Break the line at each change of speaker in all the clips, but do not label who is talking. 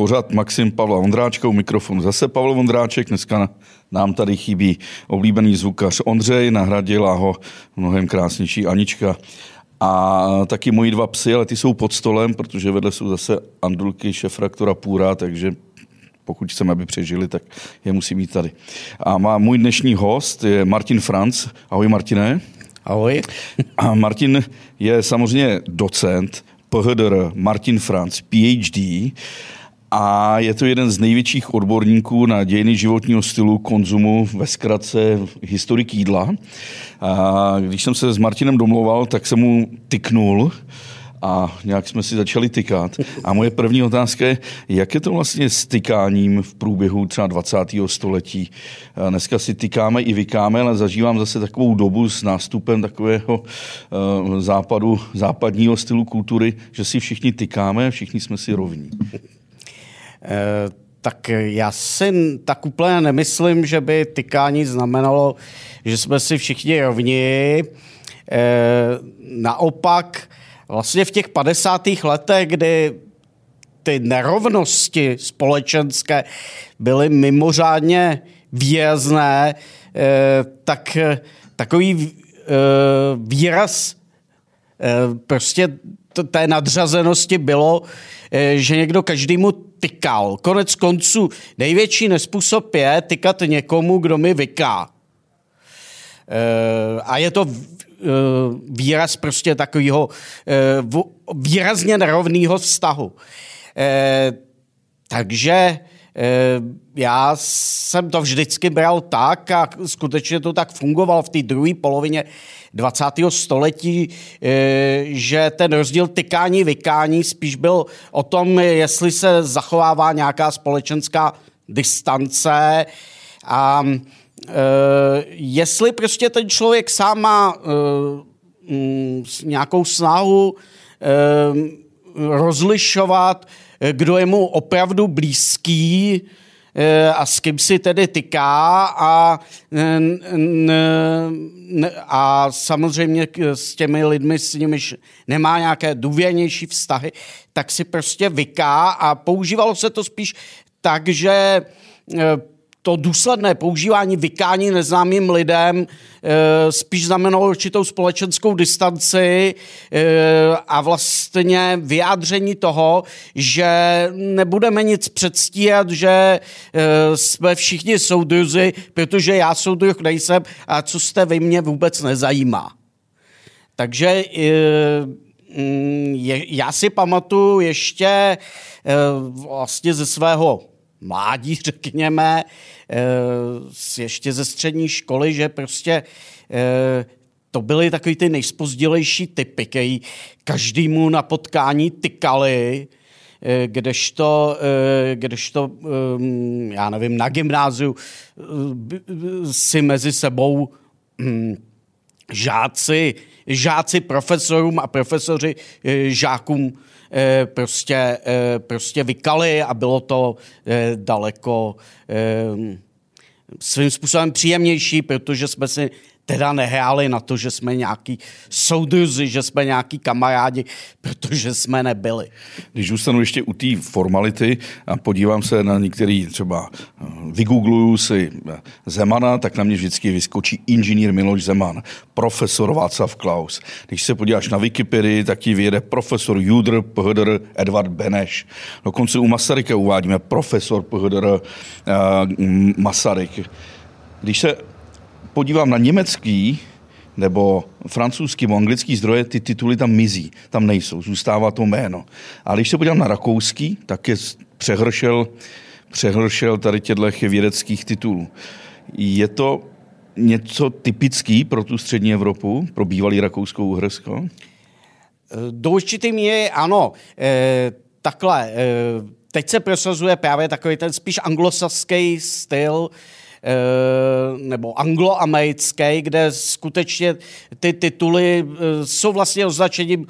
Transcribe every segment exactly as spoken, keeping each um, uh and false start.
pořad Maxim Pavla Vondráčka, u mikrofonu zase Pavel Vondráček. Dneska nám tady chybí oblíbený zvukař Ondřej, nahradila ho mnohem krásnější Anička. A taky moji dva psy, ale ty jsou pod stolem, protože vedle jsou zase Andulky, šefraktora Půra, takže pokud chceme, aby přežili, tak je musí mít tady. A má můj dnešní host je Martin Franc. Ahoj, Martine.
Ahoj.
A Martin je samozřejmě docent, P H D R, Martin Franc, P H D, a je to jeden z největších odborníků na dějiny životního stylu, konzumu, ve zkratce historik jídla. A když jsem se s Martinem domlouval, tak jsem mu tyknul a nějak jsme si začali tykat. A moje první otázka je, jak je to vlastně s tykáním v průběhu třeba dvacátého století? Dneska si tykáme i vykáme, ale zažívám zase takovou dobu s nástupem takového uh, západu, západního stylu kultury, že si všichni tykáme, všichni jsme si rovní.
E, tak já si tak úplně nemyslím, že by tykání znamenalo, že jsme si všichni rovni. E, naopak, vlastně v těch padesátých letech, kdy ty nerovnosti společenské byly mimořádně výrazné, eh, tak takový eh, výraz eh, prostě té nadřazenosti bylo, eh, že někdo každému tykal. Konec konců největší nespůsob je tykat někomu, kdo mi vyká. Eh, a je to výraz prostě takového výrazně nerovného vztahu. Takže já jsem to vždycky bral tak a skutečně to tak fungovalo v té druhé polovině dvacátého století, že ten rozdíl tykání, vykání spíš byl o tom, jestli se zachovává nějaká společenská distance a Uh, jestli prostě ten člověk sám má uh, um, nějakou snahu uh, rozlišovat, kdo je mu opravdu blízký uh, a s kým si tedy tyká a, n, n, n, a samozřejmě s těmi lidmi, s nimiž nemá nějaké důvěrnější vztahy, tak si prostě vyká a používalo se to spíš tak, že uh, to důsledné používání vykání neznámým lidem e, spíš znamenalo určitou společenskou distanci e, a vlastně vyjádření toho, že nebudeme nic předstírat, že e, jsme všichni soudruzi, protože já soudruh nejsem a co jste vy, mě vůbec nezajímá. Takže e, je, já si pamatuju ještě e, vlastně ze svého mládí, řekněme, ještě ze střední školy, že prostě to byly takový ty nejzpozdilejší typy, který každému na potkání tykali, kdežto, kdežto, já nevím, na gymnáziu si mezi sebou žáci, žáci profesorům a profesoři žákům prostě, prostě vykali a bylo to daleko svým způsobem příjemnější, protože jsme si teda nehráli na to, že jsme nějaký soudruzi, že jsme nějaký kamarádi, protože jsme nebyli.
Když zůstanu ještě u té formality a podívám se na některý, třeba vygoogluju si Zemana, tak na mě vždycky vyskočí inženýr Miloš Zeman, profesor Václav Klaus. Když se podíváš na Wikipedii, tak ti vyjede profesor Judr, P H D R, Edvard Beneš. Dokonce u Masaryka uvádíme profesor P H D R uh, Masaryk. Když se podívám na německý nebo francouzský nebo anglický zdroje, ty tituly tam mizí, tam nejsou, zůstává to jméno. Ale když se podívám na rakouský, tak je přehršel, přehršel tady těchto vědeckých titulů. Je to něco typický pro tu střední Evropu, pro bývalý Rakousko-Uhersko?
Do určitý míry ano. E, takhle, e, teď se prosazuje právě takový ten spíš anglosaský styl, nebo angloamerický, kde skutečně ty tituly jsou vlastně označením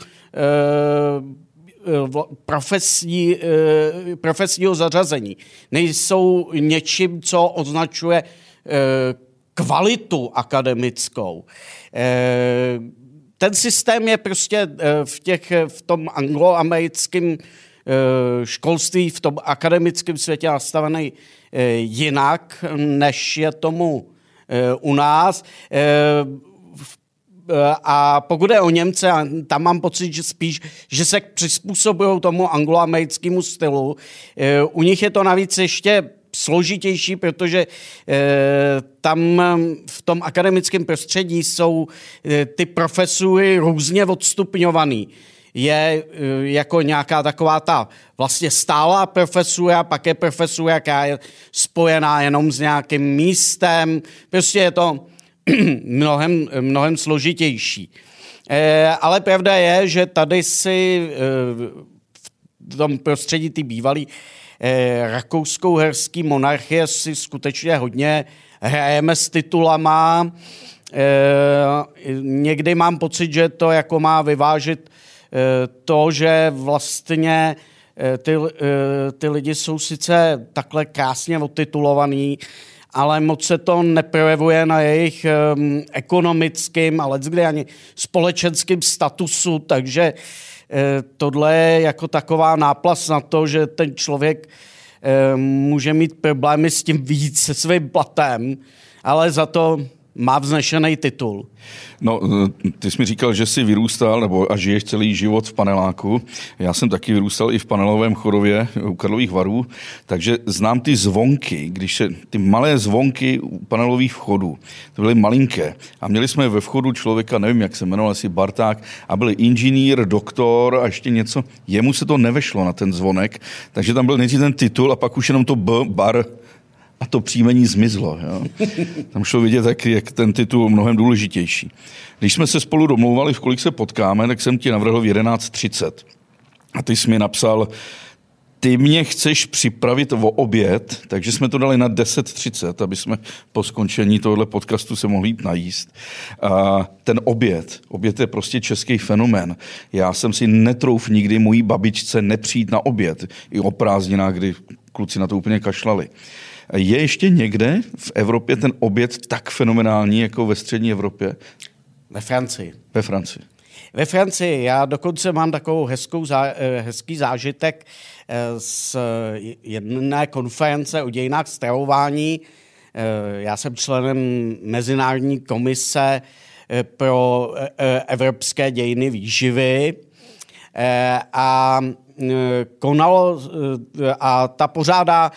profesní, profesního zařazení. Nejsou něčím, co označuje kvalitu akademickou. Ten systém je prostě v, těch, v tom angloamerickém školství v tom akademickém světě nastavený jinak, než je tomu u nás. A pokud je o Němce, tam mám pocit, že spíš, že se přizpůsobují tomu angloamerickému stylu. U nich je to navíc ještě složitější, protože tam v tom akademickém prostředí jsou ty profesury různě odstupňovaný. Je jako nějaká taková ta vlastně stálá profesura, pak je profesura, která je spojená jenom s nějakým místem. Prostě je to mnohem, mnohem složitější. Ale pravda je, že tady si v tom prostředí ty bývalý rakousko-uherský monarchie si skutečně hodně hrajeme s titulama. Někdy mám pocit, že to jako má vyvážit to, že vlastně ty, ty lidi jsou sice takhle krásně odtitulovaný, ale moc se to neprojevuje na jejich um, ekonomickým a leckdy ani společenským statusu, takže uh, tohle je jako taková náplast na to, že ten člověk uh, může mít problémy s tím víc se svým platem, ale za to má vznešený titul.
No, ty jsi mi říkal, že jsi vyrůstal nebo a žiješ celý život v paneláku. Já jsem taky vyrůstal i v panelovém Chorově u Karlových Varů, takže znám ty zvonky, když se, ty malé zvonky u panelových vchodů, to byly malinké. A měli jsme ve vchodu člověka, nevím, jak se jmenoval, asi Barták, a byl inženýr, doktor a ještě něco. Jemu se to nevešlo na ten zvonek, takže tam byl nejdřív ten titul a pak už jenom to B, bar, a to příjmení zmizlo. Jo. Tam šlo vidět, jak, jak ten titul mnohem důležitější. Když jsme se spolu domlouvali, v kolik se potkáme, tak jsem ti navrhl v jedenáct třicet. A ty jsi mi napsal, ty mě chceš připravit o oběd, takže jsme to dali na deset třicet, aby jsme po skončení tohoto podcastu se mohli jít najíst. A ten oběd, oběd je prostě český fenomén. Já jsem si netrouf nikdy mojí babičce nepřijít na oběd, i o prázdninách, kdy kluci na to úplně kašlali. Je ještě někde v Evropě ten oběd tak fenomenální jako ve střední Evropě?
Ve Francii.
Ve Francii.
Ve Francii. Já dokonce mám takovou hezkou zá, hezký zážitek z jedné konference o dějinách stravování. Já jsem členem Mezinárodní komise pro evropské dějiny výživy a konalo a ta pořádá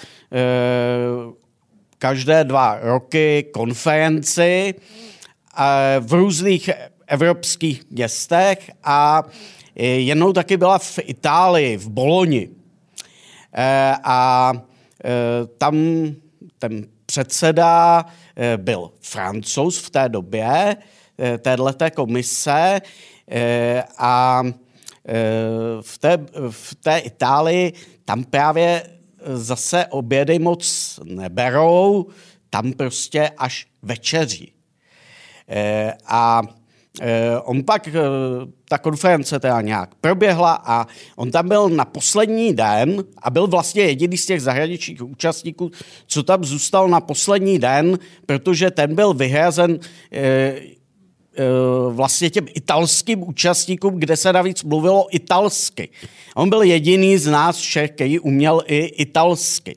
každé dva roky konferenci v různých evropských městech a jednou taky byla v Itálii, v Boloni. A tam ten předseda byl Francouz v té době, téhleté komise a v té, v té Itálii tam právě zase obědy moc neberou, tam prostě až večeří. A on pak, ta konference teda nějak proběhla a on tam byl na poslední den a byl vlastně jediný z těch zahraničních účastníků, co tam zůstal na poslední den, protože ten byl vyhrazen vlastně těm italským účastníkům, kde se navíc mluvilo italsky. On byl jediný z nás všech, který uměl i italsky.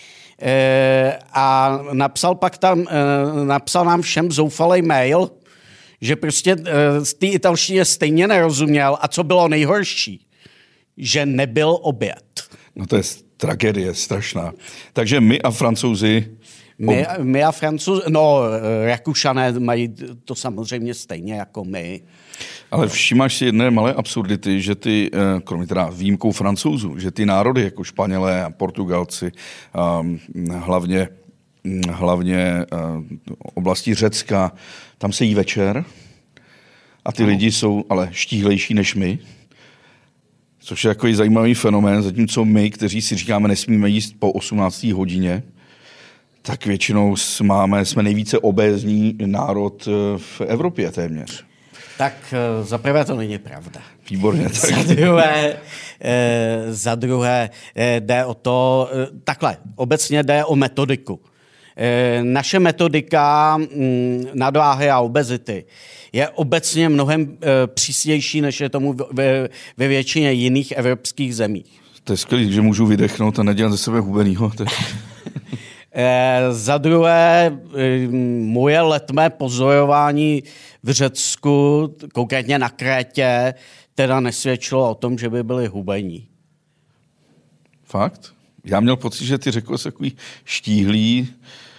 A napsal pak tam, napsal nám všem zoufalý mail, že prostě z té italštině stejně nerozuměl. A co bylo nejhorší? Že nebyl oběd.
No to je tragédie strašná. Takže my a Francouzi...
My, my a Francouzi, no Rakušané mají to samozřejmě stejně jako my.
Ale všímáš si jedné malé absurdity, že ty, kromě teda výjimkou Francouzů, že ty národy jako Španělé a Portugalci, hlavně, hlavně oblasti Řecka, tam se jí večer a ty no. lidi jsou ale štíhlejší než my, což je takový zajímavý fenomén, zatímco my, kteří si říkáme, nesmíme jíst po osmnácté hodině, tak většinou máme, jsme nejvíce obézní národ v Evropě téměř.
Tak za prvé to není pravda.
Výborně. Tak.
Za druhé, eh, za druhé eh, jde o to, eh, takhle, obecně jde o metodiku. Eh, naše metodika hm, nadváhy a obezity je obecně mnohem eh, přísnější, než je tomu ve, ve většině jiných evropských zemí.
To je skvělý, že můžu vydechnout a nedělat ze sebe hubenýho.
E, za druhé, moje letmé pozorování v Řecku, konkrétně na Krétě, teda nesvědčilo o tom, že by byli hubení.
Fakt? Já měl pocit, že ty Řekové jsou takový štíhlý.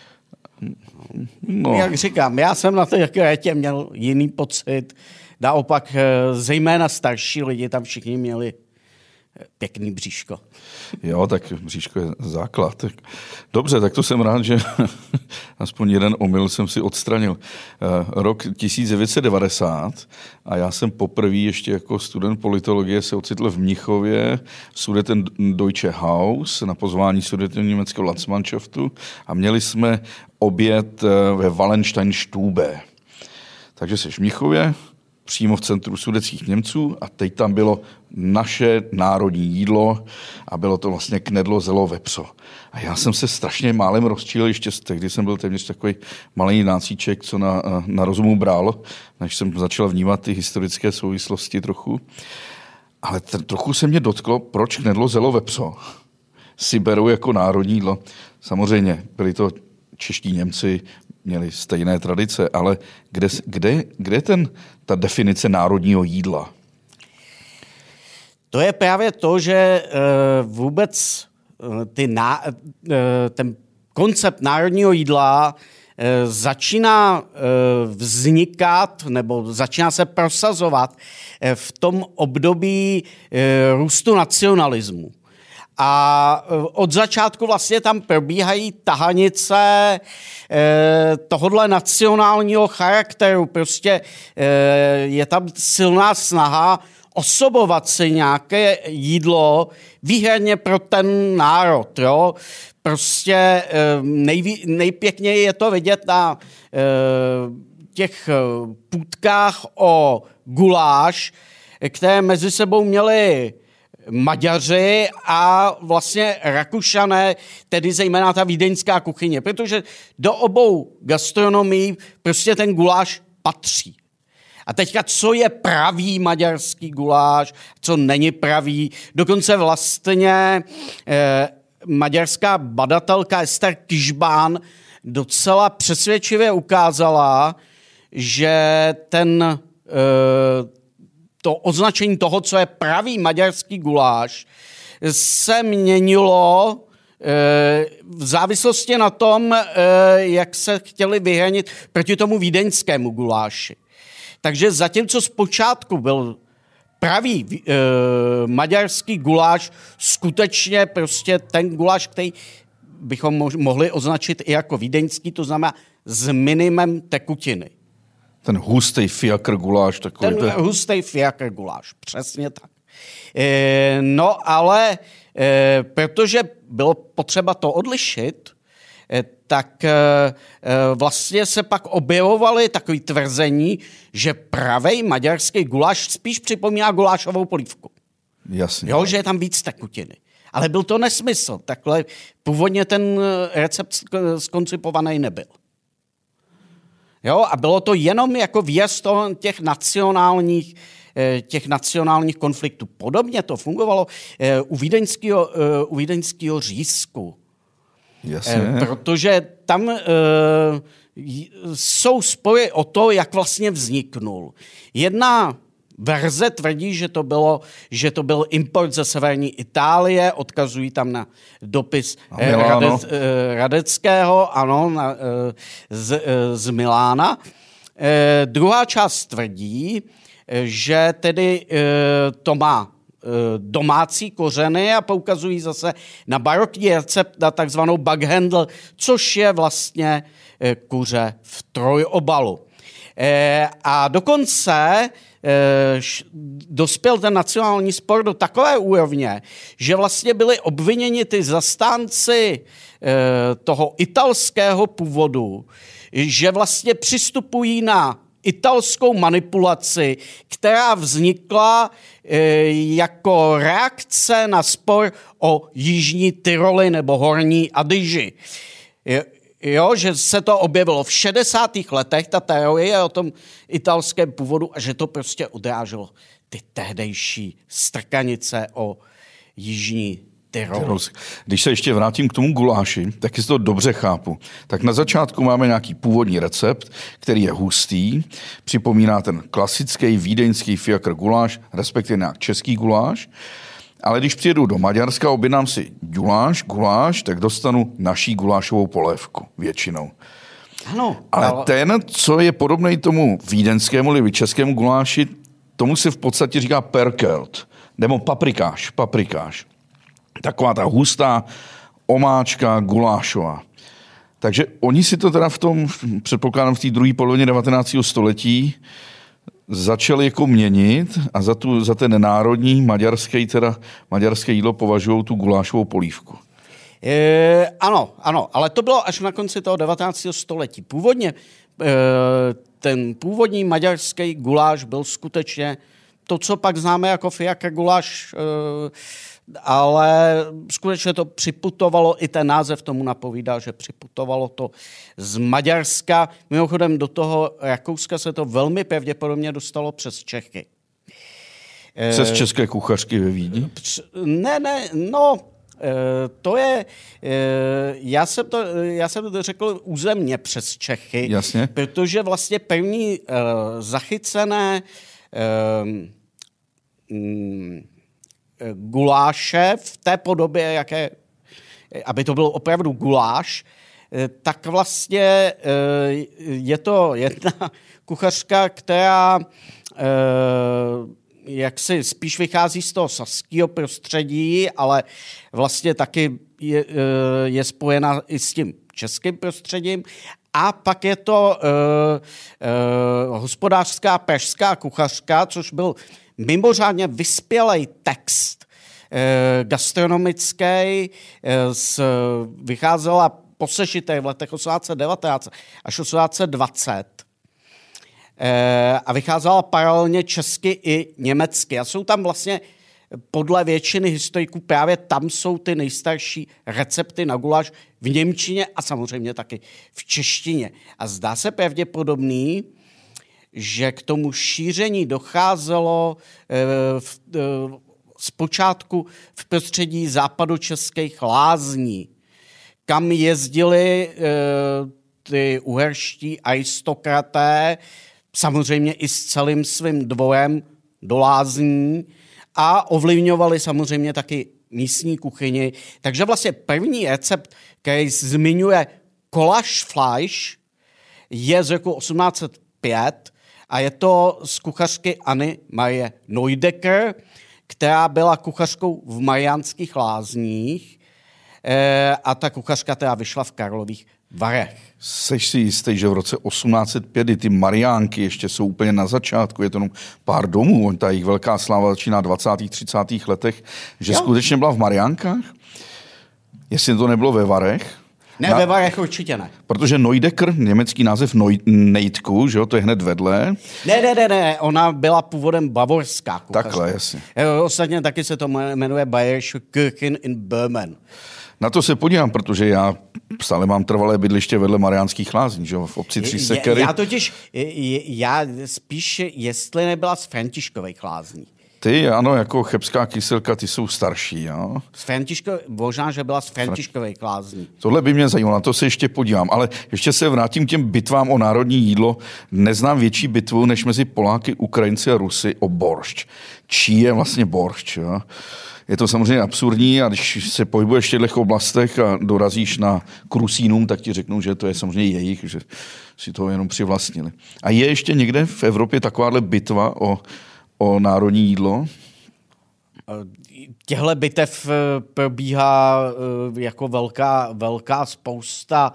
No. Jak říkám, já jsem na té Krétě měl jiný pocit. Naopak, zejména starší lidi tam všichni měli pěkný bříško.
Jo, tak bříško je základ. Dobře, tak to jsem rád, že aspoň jeden omyl jsem si odstranil. Rok tisíc devět set devadesát a já jsem poprvé ještě jako student politologie se ocitl v Mnichově v Sudetendeutsche Haus na pozvání Sudetenněmeckého Landsmannschaftu a měli jsme oběd ve Wallensteinstube. Takže jsi v Mnichově, přímo v centru sudetských Němců a teď tam bylo naše národní jídlo a bylo to vlastně knedlo, zelo, vepřo. A já jsem se strašně málem rozčílil, ještě tehdy jsem byl téměř takový malý nácíček, co na, na rozumu bral, než jsem začal vnímat ty historické souvislosti trochu. Ale t- trochu se mě dotklo, proč knedlo, zelo, vepřo si berou jako národní jídlo. Samozřejmě byli to čeští Němci, měli stejné tradice, ale kde, kde, kde je ten, ta definice národního jídla?
To je právě to, že uh, vůbec uh, ty ná, uh, ten koncept národního jídla uh, začíná uh, vznikat nebo začíná se prosazovat uh, v tom období uh, růstu nacionalismu. A od začátku vlastně tam probíhají tahanice eh, tohodle nacionálního charakteru. Prostě eh, je tam silná snaha osobovat si nějaké jídlo výhradně pro ten národ. Jo? Prostě eh, nejví, nejpěkněji je to vidět na eh, těch půtkách o guláš, které mezi sebou měly Maďaři a vlastně Rakušané, tedy zejména ta vídeňská kuchyně, protože do obou gastronomií prostě ten guláš patří. A teďka, co je pravý maďarský guláš, co není pravý, dokonce vlastně eh, maďarská badatelka Ester Kišbán docela přesvědčivě ukázala, že ten eh, to označení toho, co je pravý maďarský guláš, se měnilo v závislosti na tom, jak se chtěli vyhranit proti tomu vídeňskému guláši. Takže zatímco zpočátku byl pravý maďarský guláš skutečně prostě ten guláš, který bychom mohli označit i jako vídeňský, to znamená s minimem tekutiny.
Ten hustý fiakr guláš. Takový
Ten hustý fiakr guláš, přesně tak. E, no ale e, protože bylo potřeba to odlišit, e, tak e, vlastně se pak objevovaly takové tvrzení, že pravej maďarský guláš spíš připomíná gulášovou polívku.
Jasně.
Jo, že je tam víc tekutiny. Ale byl to nesmysl. Takhle původně ten recept skoncipovaný nebyl. Jo, a bylo to jenom jako výjezd těch nacionálních, těch nacionálních konfliktů. Podobně to fungovalo u vídeňského, u vídeňského řízku.
Jasně.
Protože tam jsou spory o to, jak vlastně vzniknul. Jedna verze tvrdí, že to, bylo, že to byl import ze severní Itálie, odkazují tam na dopis Radec, Radeckého, ano, na, z, z Milána. Eh, druhá část tvrdí, že tedy eh, to má eh, domácí kořeny a poukazují zase na barokní recept na takzvanou backhandle, což je vlastně eh, kuře v trojobalu. Eh, a dokonce dospěl ten nacionální spor do takové úrovně, že vlastně byli obviněni ty zastánci toho italského původu, že vlastně přistupují na italskou manipulaci, která vznikla jako reakce na spor o jižní Tyroli nebo horní Adyži. Jo, že se to objevilo v šedesátých letech, ta teorie o tom italském původu, a že to prostě odráželo ty tehdejší strkanice o Jižní Tyrol.
Když se ještě vrátím k tomu guláši, tak jestli to dobře chápu, tak na začátku máme nějaký původní recept, který je hustý, připomíná ten klasický vídeňský fiakr guláš, respektive nějak český guláš, ale když přijedu do Maďarska, objednám si guláš, guláš, tak dostanu naší gulášovou polévku většinou.
Ano.
Ale, ale ten, co je podobný tomu vídeňskému nebo českému guláši, tomu se v podstatě říká perkelt, nebo paprikáš, paprikáš. Taková ta hustá omáčka gulášová. Takže oni si to teda v tom, předpokládám v té druhé polovině devatenáctého století, začali jako měnit a za, tu, za ten národní maďarský, teda maďarské jídlo považují tu gulášovou polívku.
E, ano, ano, ale to bylo až na konci toho devatenáctého století. Původně e, ten původní maďarský guláš byl skutečně to, co pak známe jako fiakr guláš, e, ale skutečně to připutovalo, i ten název tomu napovídá, že připutovalo to z Maďarska. Mimochodem do toho Rakouska se to velmi pravděpodobně dostalo přes Čechy.
Přes české kuchařky ve Vídni?
Ne, ne, no, to je, já jsem to, já jsem to řekl územně přes Čechy.
Jasně.
Protože vlastně první zachycené guláše v té podobě, jaké, aby to byl opravdu guláš, tak vlastně je to jedna kuchařka, která jak si spíš vychází z toho saského prostředí, ale vlastně taky je, je spojena i s tím českým prostředím. A pak je to uh, uh, hospodářská pražská kuchařka, což byl mimořádně vyspělej text uh, gastronomický, uh, s, vycházela po sešitech v letech osmnáct devatenáct až osmnáct dvacet uh, a vycházela paralelně česky i německy. A jsou tam vlastně podle většiny historiků právě tam jsou ty nejstarší recepty na guláš v němčině a samozřejmě taky v češtině. A zdá se pravděpodobný, že k tomu šíření docházelo e, v, e, zpočátku v prostředí západočeských lázní, kam jezdili e, ty uherští aristokraté, samozřejmě i s celým svým dvorem do lázní, a ovlivňovali samozřejmě taky místní kuchyni. Takže vlastně první recept, který zmiňuje Kolaschfleisch, je z roku osmnáct set pět a je to z kuchařky Anny Marie Neudecker, která byla kuchařkou v Mariánských Lázních a ta kuchařka teda vyšla v Karlových Varech.
Seš si jistý, že v roce osmnáct set pět ty Mariánky ještě jsou úplně na začátku, je to jenom pár domů, ta jejich velká sláva začíná v dvacátých třicátých letech, že jo. Skutečně byla v Mariánkách? Jestli to nebylo ve Varech?
Ne, na, ve Varech určitě ne.
Protože Neudecker, německý název Nejdku, že jo, to je hned vedle.
Ne, ne, ne, ne, ona byla původem bavorská kuchařka.
Takhle, jasně.
Ostatně taky se to jmenuje Bayerische Küchen in Böhmen.
Na to se podívám, protože já stále mám trvalé bydliště vedle Mariánských Lázní, že jo, v obci Tři Sekery.
Já totiž, já spíš, jestli nebyla z Františkových Lázní.
Ty, ano, jako chebská kyselka, ty jsou starší, jo.
Z Františko, možná, že byla z Františkových Lázní.
Tohle by mě zajímalo, na to se ještě podívám, ale ještě se vrátím k těm bitvám o národní jídlo. Neznám větší bitvu, než mezi Poláky, Ukrajinci a Rusy o boršč. Čí je vlastně boršč, jo? Je to samozřejmě absurdní a když se pohybuješ v těchto oblastech a dorazíš na Krusínům, tak ti řeknou, že to je samozřejmě jejich, že si to jenom přivlastnili. A je ještě někde v Evropě takováhle bitva o, o národní jídlo?
Těhle bitev probíhá jako velká, velká spousta.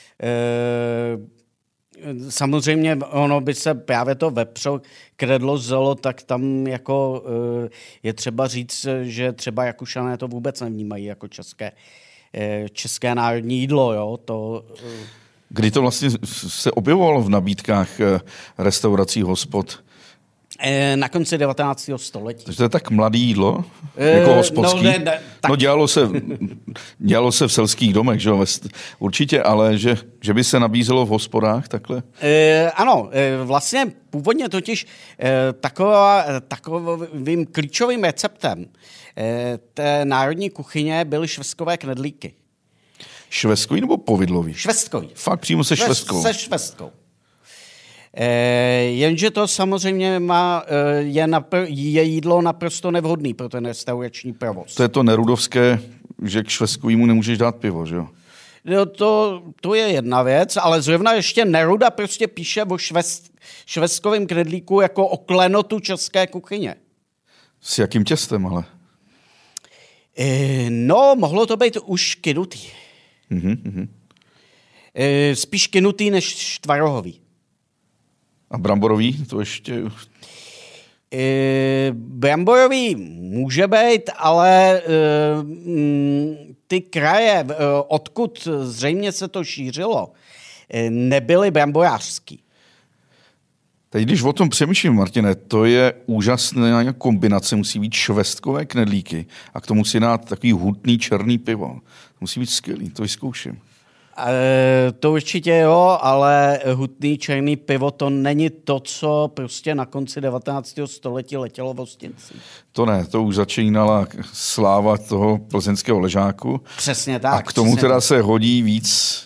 Samozřejmě ono by se právě to vepřo kredlo zelo, tak tam jako je třeba říct, že třeba Rakušané to vůbec nevnímají jako české, české národní jídlo. Jo? To,
Kdy to vlastně se objevovalo v nabídkách restaurací, hospod?
Na konci devatenáctého století.
Takže to je tak mladý jídlo, e, jako hospodský. No, ne, ne, tak... no dělalo, se, dělalo se v selských domech, že jo, určitě, ale že, že by se nabízelo v hospodách takhle?
E, ano, e, vlastně původně totiž e, taková, takovým klíčovým receptem e, té národní kuchyně byly švestkové knedlíky.
Švestkový nebo povidlový?
Švestkový.
Fakt přímo se švestkou?
Se švestkou. E, jenže to samozřejmě má, je, napr- je jídlo naprosto nevhodný pro ten restaurační provoz.
To je to nerudovské, že k švestkovému nemůžeš dát pivo, že jo?
No to, to je jedna věc, ale zrovna ještě Neruda prostě píše o švest, švestkovém knedlíku jako o klenotu české kuchyně.
S jakým těstem ale?
E, no, mohlo to být už kynutý.
Mm-hmm.
E, spíš kynutý než tvarohový.
A bramborový? To ještě...
E, bramborový může být, ale e, m, ty kraje, e, odkud zřejmě se to šířilo, e, nebyly bramborářský.
Teď, když o tom přemýšlím, Martine, to je úžasná kombinace. Musí být švestkové knedlíky a k tomu si dát takový hutný černý pivo. Musí být skvělý, to vyzkouším.
E, to určitě jo, ale hutný černý pivo to není to, co prostě na konci devatenáctého století letělo v hostinci.
To ne, to už začínala sláva toho plzeňského ležáku.
Přesně tak.
A k tomu teda tak. Se hodí víc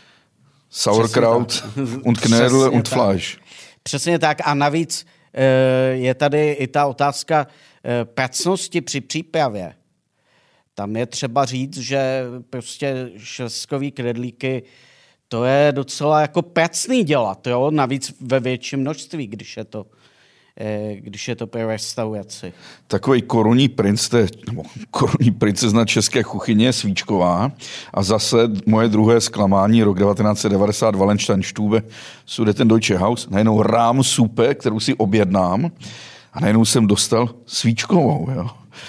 Sauerkraut und Knödel und Fleisch.
Přesně tak a navíc je tady i ta otázka pracnosti při přípravě. Tam je třeba říct, že prostě švestkový knedlíky, to je docela jako pracný dělat, jo? Navíc ve větším množství, když je to, když je to pro restauraci.
Takový korunní princ, to je, no, korunní princezna české kuchyně je Svíčková a zase moje druhé zklamání, rok devatenáct set devadesát, Wallensteinstube, Sudeten-Deutsche Haus, najednou Rahmsuppe, kterou si objednám a najednou jsem dostal Svíčkovou, jo.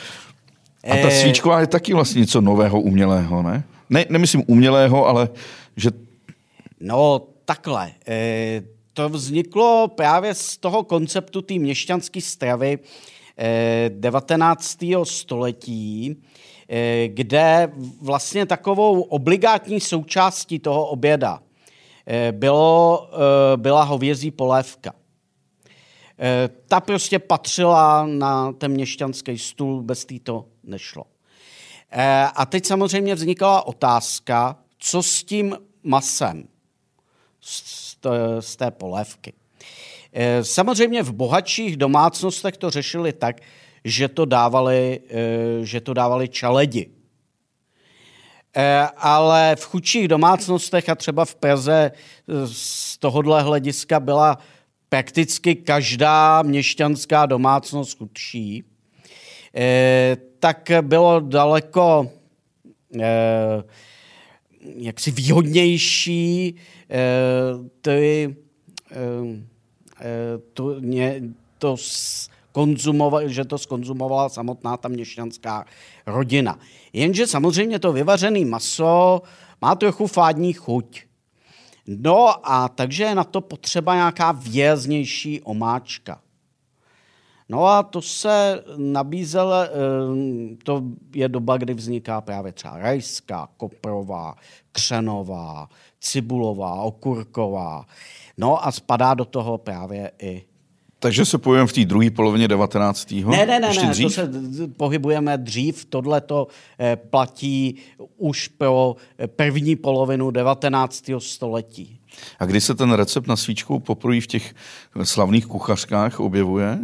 A ta svíčková je taky vlastně něco nového, umělého, ne? Ne, nemyslím umělého, ale že...
No, takhle. E, to vzniklo právě z toho konceptu té měšťanské stravy e, devatenáctého století, e, kde vlastně takovou obligátní součástí toho oběda e, bylo, e, byla hovězí polévka. E, ta prostě patřila na ten měšťanský stůl, bez té to nešlo. E, a teď samozřejmě vznikala otázka, co s tím masem z, t, z té polévky. E, samozřejmě v bohatších domácnostech to řešili tak, že to dávali, e, že to dávali čaledi. E, ale v chudších domácnostech a třeba v Praze z tohohle hlediska byla prakticky každá měšťanská domácnost chudší, eh, tak bylo daleko eh, jaksi výhodnější eh, ty, eh, to, ně, to skonzumova, že to skonzumovala samotná ta měšťanská rodina. Jenže samozřejmě to vyvařené maso má trochu fádní chuť. No a takže je na to potřeba nějaká výraznější omáčka. No a to se nabízelo, to je doba, kdy vzniká právě třeba rajská, koprová, křenová, cibulová, okurková. No a spadá do toho právě i...
Takže se pohybujeme v té druhé polovině devatenáctého
Ne, ne, ne, ne, to se pohybujeme dřív. Tohleto platí už pro první polovinu devatenáctého století.
A kdy se ten recept na svíčku poprvé v těch slavných kuchařkách objevuje?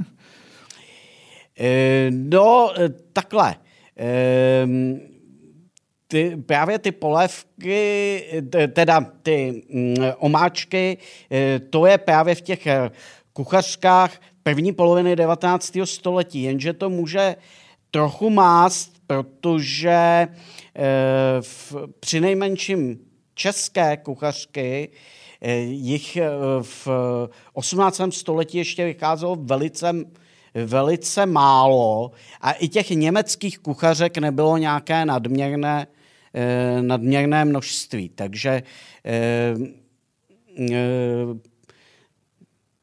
E, no, takhle. E, ty, právě ty polévky, teda ty mm, omáčky, to je právě v těch kuchařkách první poloviny devatenáctého století, jenže to může trochu mást, protože e, v, přinejmenším české kuchařky e, jich e, v osmnáctém století ještě vycházelo velice, velice málo a i těch německých kuchařek nebylo nějaké nadměrné, e, nadměrné množství. Takže e, e,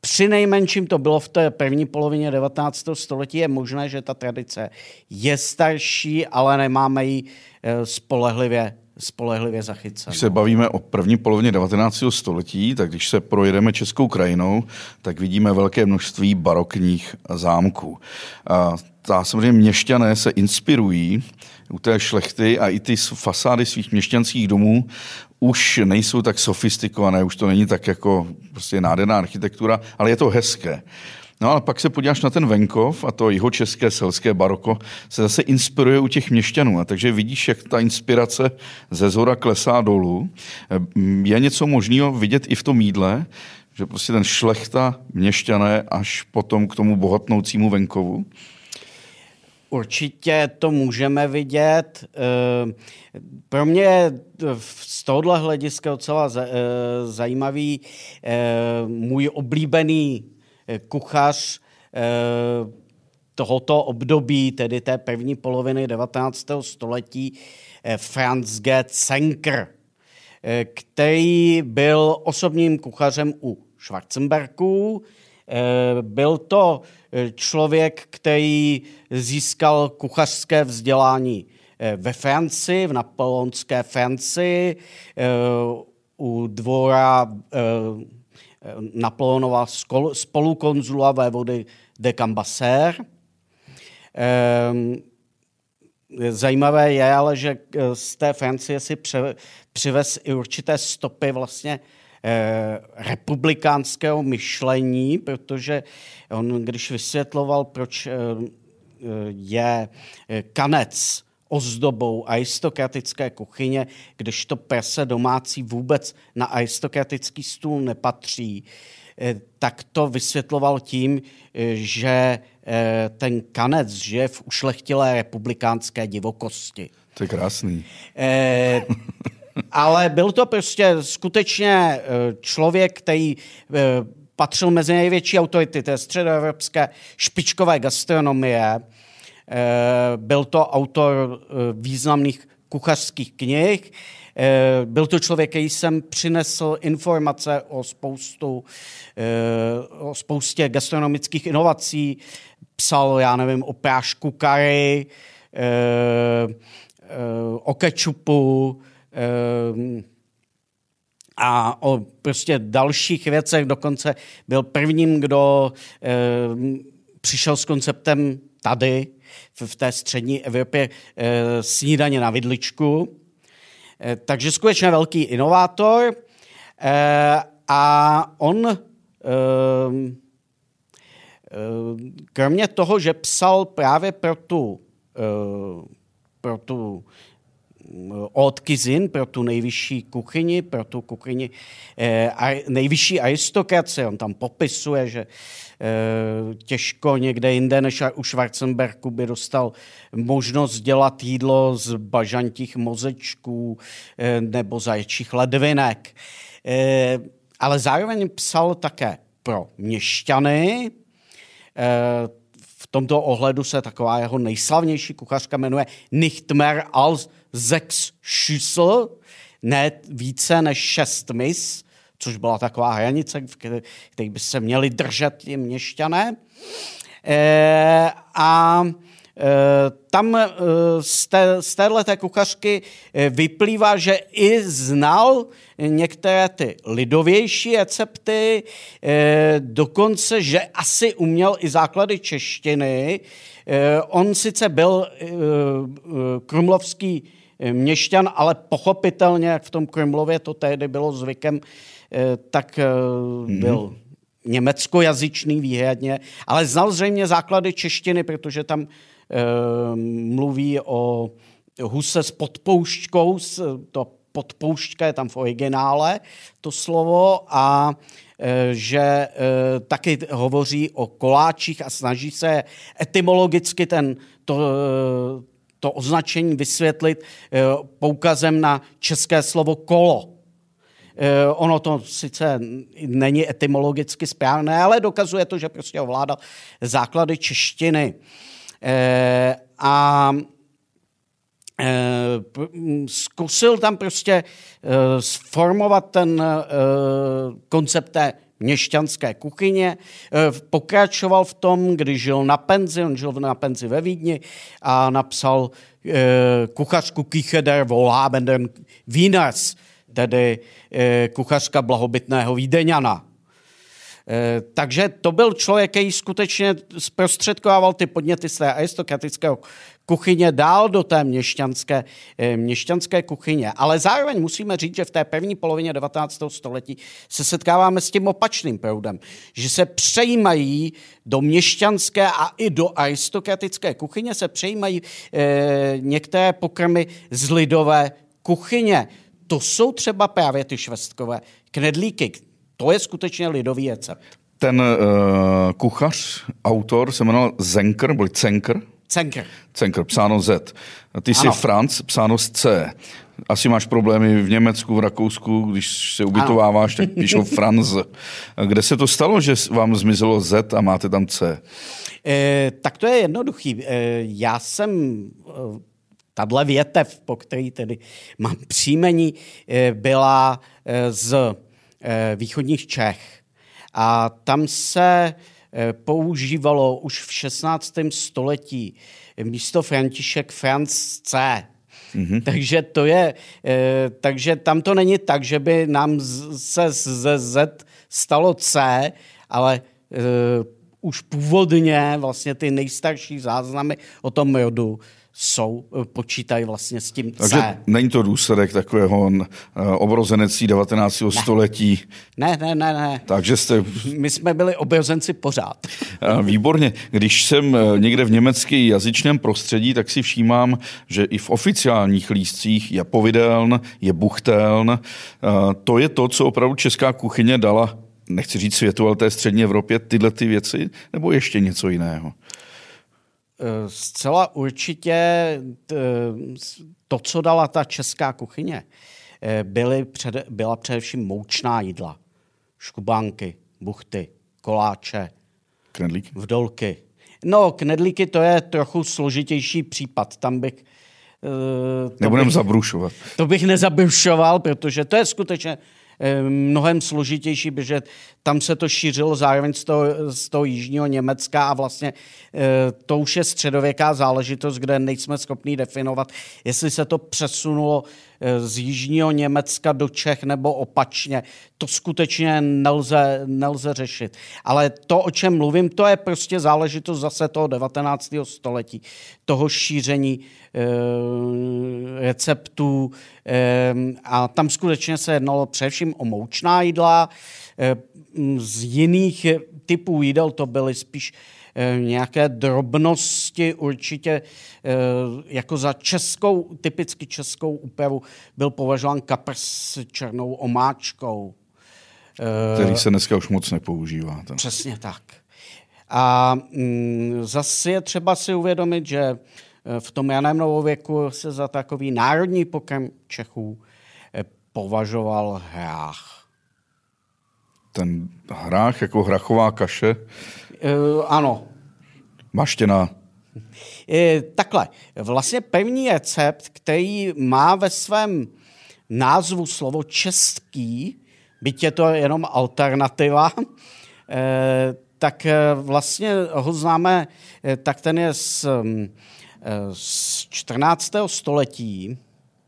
při nejmenším to bylo v té první polovině devatenáctého století. Je možné, že ta tradice je starší, ale nemáme ji spolehlivě, spolehlivě zachycenou.
Když se bavíme o první polovině devatenáctého století, tak když se projedeme českou krajinou, tak vidíme velké množství barokních zámků. A ta samozřejmě měšťané se inspirují u té šlechty a i ty fasády svých měšťanských domů už nejsou tak sofistikované, už to není tak jako prostě nádherná architektura, ale je to hezké. No ale pak se podíváš na ten venkov a to jihočeské selské baroko se zase inspiruje u těch měšťanů. A takže vidíš, jak ta inspirace ze zhora klesá dolů. Je něco možného vidět i v tom jídle, že prostě ten šlechta, měšťané až potom k tomu bohatnoucímu venkovu?
Určitě to můžeme vidět. Pro mě je z tohohle hlediska docela zajímavý můj oblíbený kuchař tohoto období, tedy té první poloviny devatenáctého století, Franz G. Zenker, který byl osobním kuchařem u Schwarzenbergů. Byl to člověk, který získal kuchařské vzdělání ve Francii, v napoleonské Francii, u dvora Napoleonova spolukonzula vévody de Cambaceres. Zajímavé je ale, že z té Francie si přivez i určité stopy vlastně republikánského myšlení, protože on, když vysvětloval, proč je kanec ozdobou aristokratické kuchyně, když to prase domácí vůbec na aristokratický stůl nepatří, tak to vysvětloval tím, že ten kanec žije v ušlechtilé republikánské divokosti.
To je krásný.
E, ale byl to prostě skutečně člověk, který patřil mezi největší autority té středoevropské špičkové gastronomie. Byl to autor významných kuchařských knih. Byl to člověk, který jsem přinesl informace o spoustu, o spoustě gastronomických inovací. Psal, já nevím, o prášku curry, o kečupu a o prostě dalších věcech. Dokonce byl prvním, kdo přišel s konceptem tady, v té střední Evropě, snídaně na vidličku. Takže skutečně velký inovátor. A on, kromě toho, že psal právě pro tu, pro tu haute cuisine, pro tu nejvyšší kuchyni, pro tu kuchyni nejvyšší aristokracie, on tam popisuje, že těžko někde jinde než u Schwarzenbergu by dostal možnost dělat jídlo z bažantích mozečků nebo zaječích ledvinek. Ale zároveň psal také pro měšťany. V tomto ohledu se taková jeho nejslavnější kuchařka jmenuje Nicht mehr als sechs Schüssel, ne více než šest mis, což byla taková hranice, v které by se měli držet ti měšťané. E, a e, tam e, z, té, z téhleté kuchařky vyplývá, že i znal některé ty lidovější recepty, e, dokonce, že asi uměl i základy češtiny. E, on sice byl e, krumlovský měšťan, ale pochopitelně, jak v tom Krumlově to tehdy bylo zvykem, tak byl mm. německojazyčný výhradně, ale znal zřejmě základy češtiny, protože tam e, mluví o huse s podpoušťkou, to podpoušťka je tam v originále, to slovo, a e, že e, taky hovoří o koláčích a snaží se etymologicky ten, to, to označení vysvětlit e, poukazem na české slovo kolo. Ono to sice není etymologicky správné, ale dokazuje to, že prostě ovládal základy češtiny. A zkusil tam prostě sformovat ten koncept té měšťanské kuchyně. Pokračoval v tom, když žil na penzi, on žil na penzi ve Vídni a napsal kuchařku Küche der wohlhabenden Wieners, tedy kuchařka blahobytného Vídeňana. Takže to byl člověk, který skutečně zprostředkovával ty podněty z té aristokratické kuchyně dál do té měšťanské, měšťanské kuchyně. Ale zároveň musíme říct, že v té první polovině devatenáctého století se setkáváme s tím opačným proudem, že se přejímají do měšťanské a i do aristokratické kuchyně se přejímají eh, některé pokrmy z lidové kuchyně. To jsou třeba právě ty švestkové knedlíky. To je skutečně lidový recept.
Ten uh, kuchař, autor se jmenoval Zenker, byl Zenker?
Zenker.
Zenker, psáno Z. Ty jsi
Ano.
Franc, psáno z C. Asi máš problémy v Německu, v Rakousku, když se ubytováváš, tak píšou Franz. Kde se to stalo, že vám zmizelo Z a máte tam C?
E, tak to je jednoduchý. E, já jsem... E, Tahle větev, po který tedy mám příjmení, e, byla e, z východních Čech. A tam se používalo už v šestnáctém století místo František Franc C. Mm-hmm. Takže to je, takže tam to není tak, že by nám se ze Z stalo C, ale už původně vlastně ty nejstarší záznamy o tom rodu jsou, počítají vlastně s tím C.
Takže není to důsledek takového uh, obrozenectví devatenáctého
Ne.
století.
Ne, ne, ne, ne.
Takže jste...
My jsme byli obrozenci pořád.
Výborně. Když jsem někde v německý jazyčném prostředí, tak si všímám, že i v oficiálních lístcích je povideln, je buchteln. Uh, to je to, co opravdu česká kuchyně dala, nechci říct světu, ale té střední Evropě, tyhle ty věci, nebo ještě něco jiného?
Zcela určitě to, co dala ta česká kuchyně, byly před, byla především moučná jídla. Škubánky, buchty, koláče,
Knedlíky?
Vdolky. No, knedlíky to je trochu složitější případ. Tam bych...
Nebudem zabrušovat.
To bych nezabrušoval, protože to je skutečně mnohem složitější, protože tam se to šířilo zároveň z toho, z toho jižního Německa a vlastně to už je středověká záležitost, kde nejsme schopni definovat, jestli se to přesunulo z jižního Německa do Čech nebo opačně. To skutečně nelze, nelze řešit. Ale to, o čem mluvím, to je prostě záležitost zase toho devatenáctého století, toho šíření e, receptů e, a tam skutečně se jednalo především o moučná jídla. E, z jiných typů jídel to byly spíš nějaké drobnosti, určitě jako za českou, typicky českou úpravu byl považován kapr s černou omáčkou.
Který se dneska už moc nepoužívá. Tam.
Přesně tak. A zase je třeba si uvědomit, že v tom raném novověku se za takový národní pokrm Čechů považoval hrách.
Ten hrách jako hrachová kaše?
Uh, ano.
Maštěná.
E, takhle. Vlastně první recept, který má ve svém názvu slovo český, byť je to jenom alternativa, e, tak vlastně ho známe, e, tak ten je z, e, z čtrnáctého století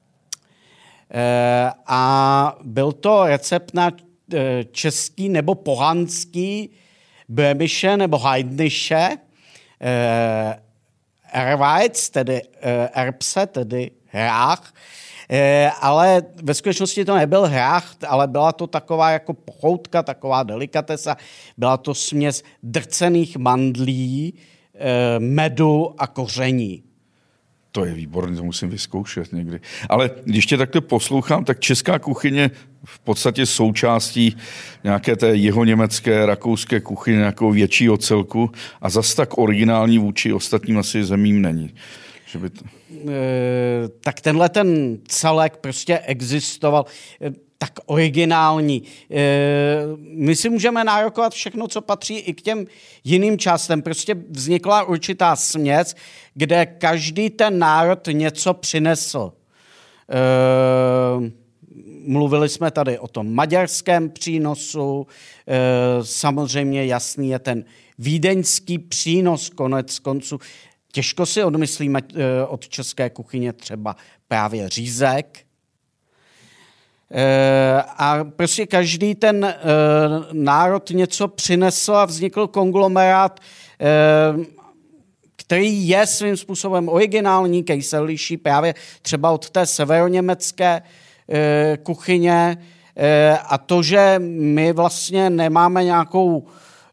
e, a byl to recept na e, český nebo pohanský Böhmische nebo Heidnische eh, Erweiz, tedy eh, Erbse, tedy hrách, eh, ale ve skutečnosti to nebyl hrách, ale byla to taková jako pochoutka, taková delikatesa, byla to směs drcených mandlí, eh, medu a koření.
To je výborné, to musím vyzkoušet někdy. Ale když tě takto poslouchám, tak česká kuchyně v podstatě součástí nějaké té jihoněmecké, rakouské kuchyně, nějakého většího celku a zas tak originální vůči ostatním asi zemím není. Že by to...
e, tak tenhle ten celek prostě existoval e, tak originální. E, my si můžeme nárokovat všechno, co patří i k těm jiným částem. Prostě vznikla určitá směs, kde každý ten národ něco přinesl. E, mluvili jsme tady o tom maďarském přínosu, samozřejmě jasný je ten vídeňský přínos konec konců. Těžko si odmyslíme od české kuchyně třeba právě řízek. A prostě každý ten národ něco přinesl a vznikl konglomerát, který je svým způsobem originální, který se liší právě třeba od té severoněmecké kuchyně. A to, že my vlastně nemáme nějakou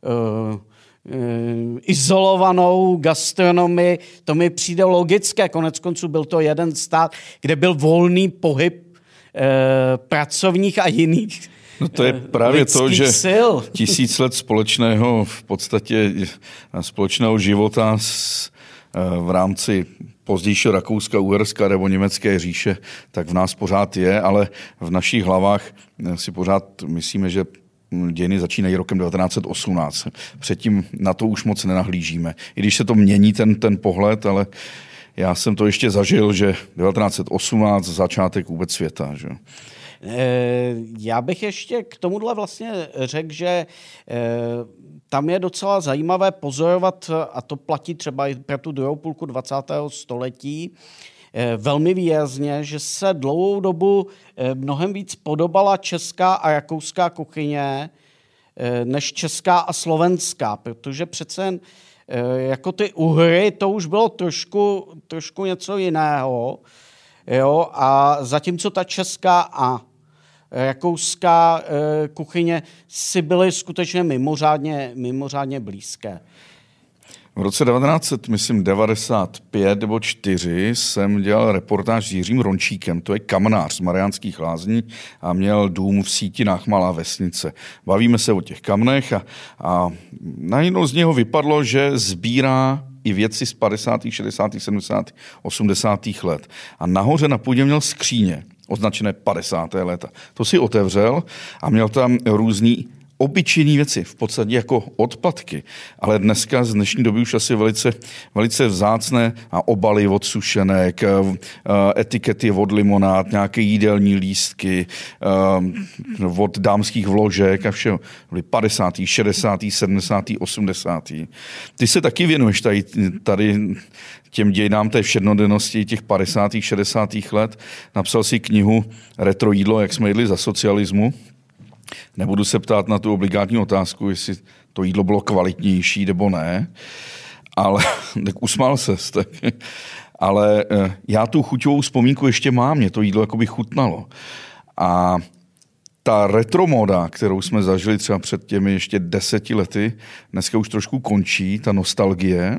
izolovanou gastronomii, to mi přijde logické. Konec konců byl to jeden stát, kde byl volný pohyb pracovních a jiných.
No to je právě to, že
sil.
tisíc let společného v podstatě společného života s, v rámci pozdějšího Rakouska, Uherska nebo Německé říše, tak v nás pořád je, ale v našich hlavách si pořád myslíme, že dějiny začínají rokem devatenáct set osmnáct. Předtím na to už moc nenahlížíme. I když se to mění ten, ten pohled, ale já jsem to ještě zažil, že devatenáct set osmnáct začátek vůbec světa. Že?
Já bych ještě k tomuhle vlastně řekl, že tam je docela zajímavé pozorovat, a to platí třeba i pro tu druhou půlku dvacátého století, velmi výrazně, že se dlouhou dobu mnohem víc podobala česká a rakouská kuchyně než česká a slovenská, protože přece jen jako ty Uhry, to už bylo trošku, trošku něco jiného. Jo? A zatímco ta česká a rakouská kuchyně si byly skutečně mimořádně, mimořádně blízké.
V roce devatenáct set, myslím, devadesát pět nebo čtyři jsem dělal reportáž s Jiřím Rončíkem, to je kamenář z Mariánských Lázní a měl dům v Sítinách, malá vesnice. Bavíme se o těch kamnech a, a najednou z něho vypadlo, že sbírá i věci z padesátých, šedesátých, sedmdesátých, osmdesátých let. A nahoře na půdě měl skříně, označené padesátá léta. To si otevřel a měl tam různý obyčejné věci, v podstatě jako odpadky, ale dneska z dnešní doby už asi velice, velice vzácné a obaly od sušenek, etikety od limonád, nějaké jídelní lístky, od dámských vložek a všeho. Byly padesátých, šedesátých, sedmdesátých, osmdesátých. Ty se taky věnuješ tady, tady těm dějinám té všednodennosti těch padesátých, šedesátých let. Napsal si knihu Retro jídlo, jak jsme jedli za socialismu. Nebudu se ptát na tu obligátní otázku, jestli to jídlo bylo kvalitnější nebo ne, ale tak usmál ses. Tak. Ale já tu chuťovou vzpomínku ještě mám, mě to jídlo jakoby chutnalo. A ta retromoda, kterou jsme zažili třeba před těmi ještě deseti lety, dneska už trošku končí, ta nostalgie,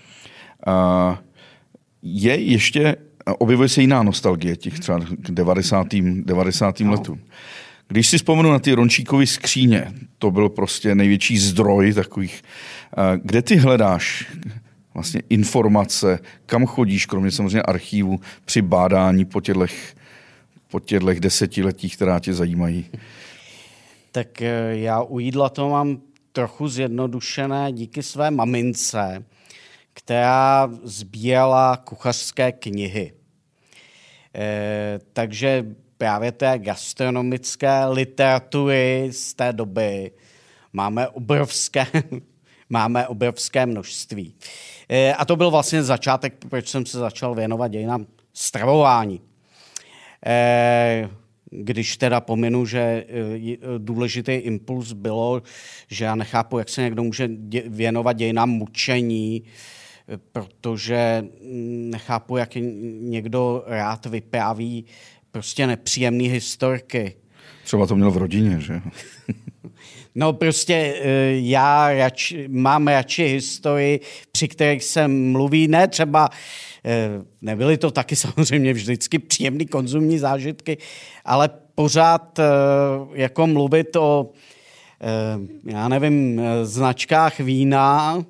je ještě, objevuje se jiná nostalgie těch třeba k devadesátým, devadesátým no. letům. Když si vzpomenu na ty Rončíkovy skříně, to byl prostě největší zdroj takových. Kde ty hledáš vlastně informace, kam chodíš, kromě samozřejmě archívu, při bádání po těchto po těchto desetiletích, která tě zajímají?
Tak já u jídla to mám trochu zjednodušené díky své mamince, která sbírala kuchařské knihy. E, takže právě té gastronomické literatury z té doby máme obrovské, máme obrovské množství. E, a to byl vlastně začátek, proč jsem se začal věnovat dějinám stravování. E, když teda pominu, že důležitý impuls bylo, že já nechápu, jak se někdo může dě- věnovat dějinám mučení, protože nechápu, jak někdo rád vypráví prostě nepříjemný historky.
Třeba to měl v rodině, že?
No prostě já rač, mám radši historii, při kterých se mluví, ne třeba, nebyly to taky samozřejmě vždycky příjemný konzumní zážitky, ale pořád jako mluvit o, já nevím, značkách vína,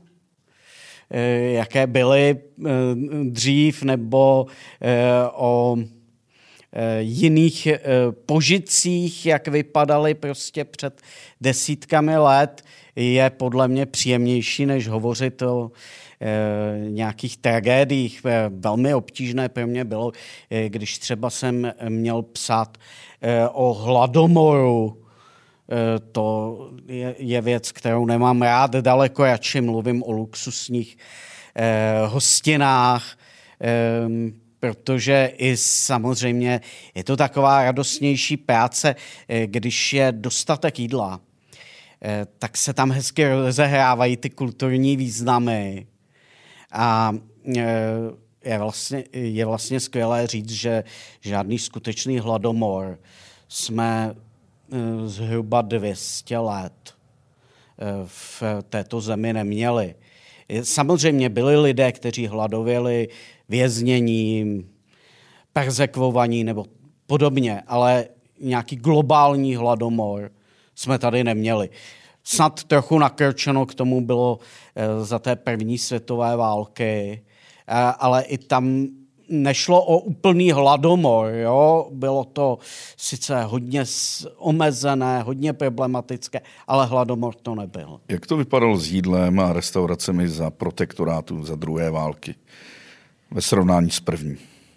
jaké byly dřív, nebo o jiných požitcích, jak vypadaly prostě před desítkami let, je podle mě příjemnější, než hovořit o nějakých tragédiích. Velmi obtížné pro mě bylo, když třeba jsem měl psát o hladomoru. To je věc, kterou nemám rád, daleko radši mluvím o luxusních hostinách, protože i samozřejmě je to taková radostnější práce, když je dostatek jídla, tak se tam hezky rozehrávají ty kulturní významy. A je vlastně, je vlastně skvělé říct, že žádný skutečný hladomor jsme zhruba dvě stě let v této zemi neměli. Samozřejmě byli lidé, kteří hladověli vězněním, perzekvovaní nebo podobně, ale nějaký globální hladomor jsme tady neměli. Snad trochu nakrčeno k tomu bylo za té první světové války, ale i tam nešlo o úplný hladomor. Jo? Bylo to sice hodně omezené, hodně problematické, ale hladomor to nebyl.
Jak to vypadalo s jídlem a restauracemi za protektorátu, za druhé války ve srovnání s první?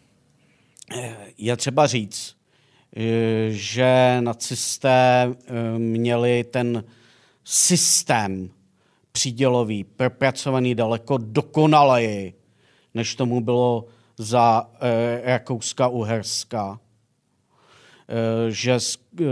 Je třeba říct, že nacisté měli ten systém přídělový propracovaný daleko dokonaleji, než tomu bylo za e, Rakouska-Uherska. E, že e,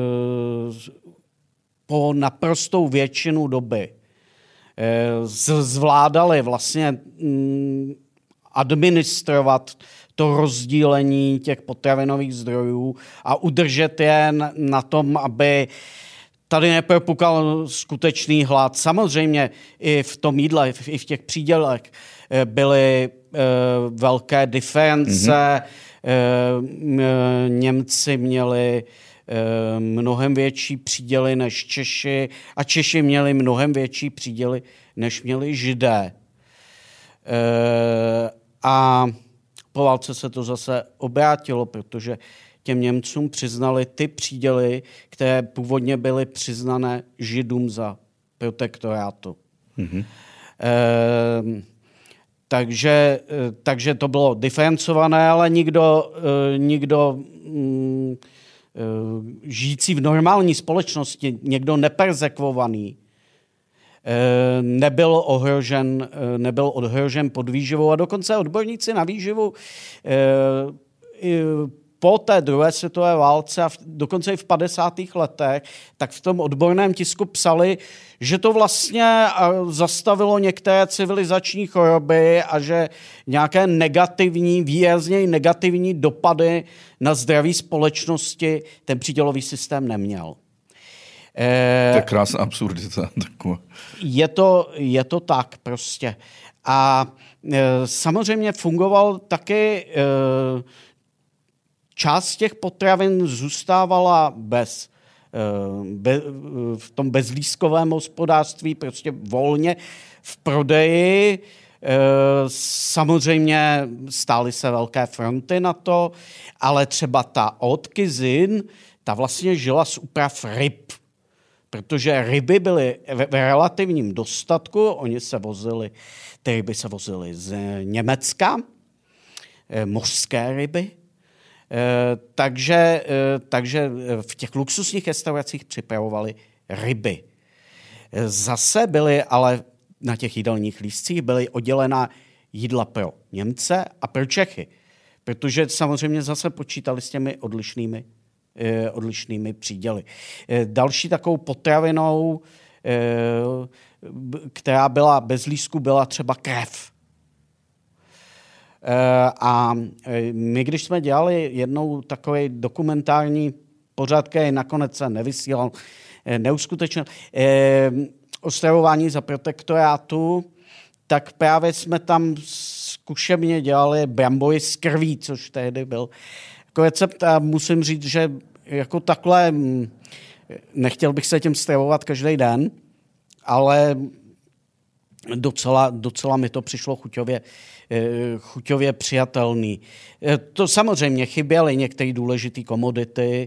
po naprostou většinu doby e, zvládali vlastně m, administrovat to rozdílení těch potravinových zdrojů a udržet je na tom, aby tady nepropukal skutečný hlad. Samozřejmě i v tom jídle, i v těch přídělech byly e, velké diference. Mm-hmm. E, Němci měli e, mnohem větší příděly než Češi a Češi měli mnohem větší příděly, než měli Židé. E, a po válce se to zase obrátilo, protože těm Němcům přiznali ty příděly, které původně byly přiznané Židům za protektorátu. Mm-hmm. E, takže, takže to bylo diferencované, ale nikdo, nikdo mm, žijící v normální společnosti, někdo neperzekvovaný, nebyl ohrožen, nebyl ohrožen podvýživou a dokonce odborníci na výživu po té druhé světové válce a v, dokonce i v padesátých letech, tak v tom odborném tisku psali, že to vlastně zastavilo některé civilizační choroby a že nějaké negativní, výrazně negativní dopady na zdraví společnosti ten přídělový systém neměl.
To je krásná absurdita.
Je to, je to tak prostě. A e, samozřejmě fungoval taky, e, část těch potravin zůstávala bez, e, be, v tom bezlískovém hospodářství, prostě volně v prodeji. E, samozřejmě stály se velké fronty na to, ale třeba ta Otkizin, ta vlastně žila z úprav ryb. Protože ryby byly v relativním dostatku, oni se vozili, ty ryby se vozily z Německa, mořské ryby, takže, takže v těch luxusních restauracích připravovali ryby. Zase byly ale na těch jídelních lístcích byly oddělená jídla pro Němce a pro Čechy, protože samozřejmě zase počítali s těmi odlišnými odlišnými příděly. Další takovou potravinou, která byla bez lístku, byla třeba krev. A my, když jsme dělali jednou takový dokumentární pořad, který nakonec se nevysílal, neuskutečnil, o stravování za protektorátu, tak právě jsme tam zkušebně dělali brambory s krví, což tehdy byl jako recept a musím říct, že jako takhle nechtěl bych se tím stravovat každý den, ale docela, docela mi to přišlo chuťově chuťově přijatelný. To samozřejmě chyběly některé důležité komodity,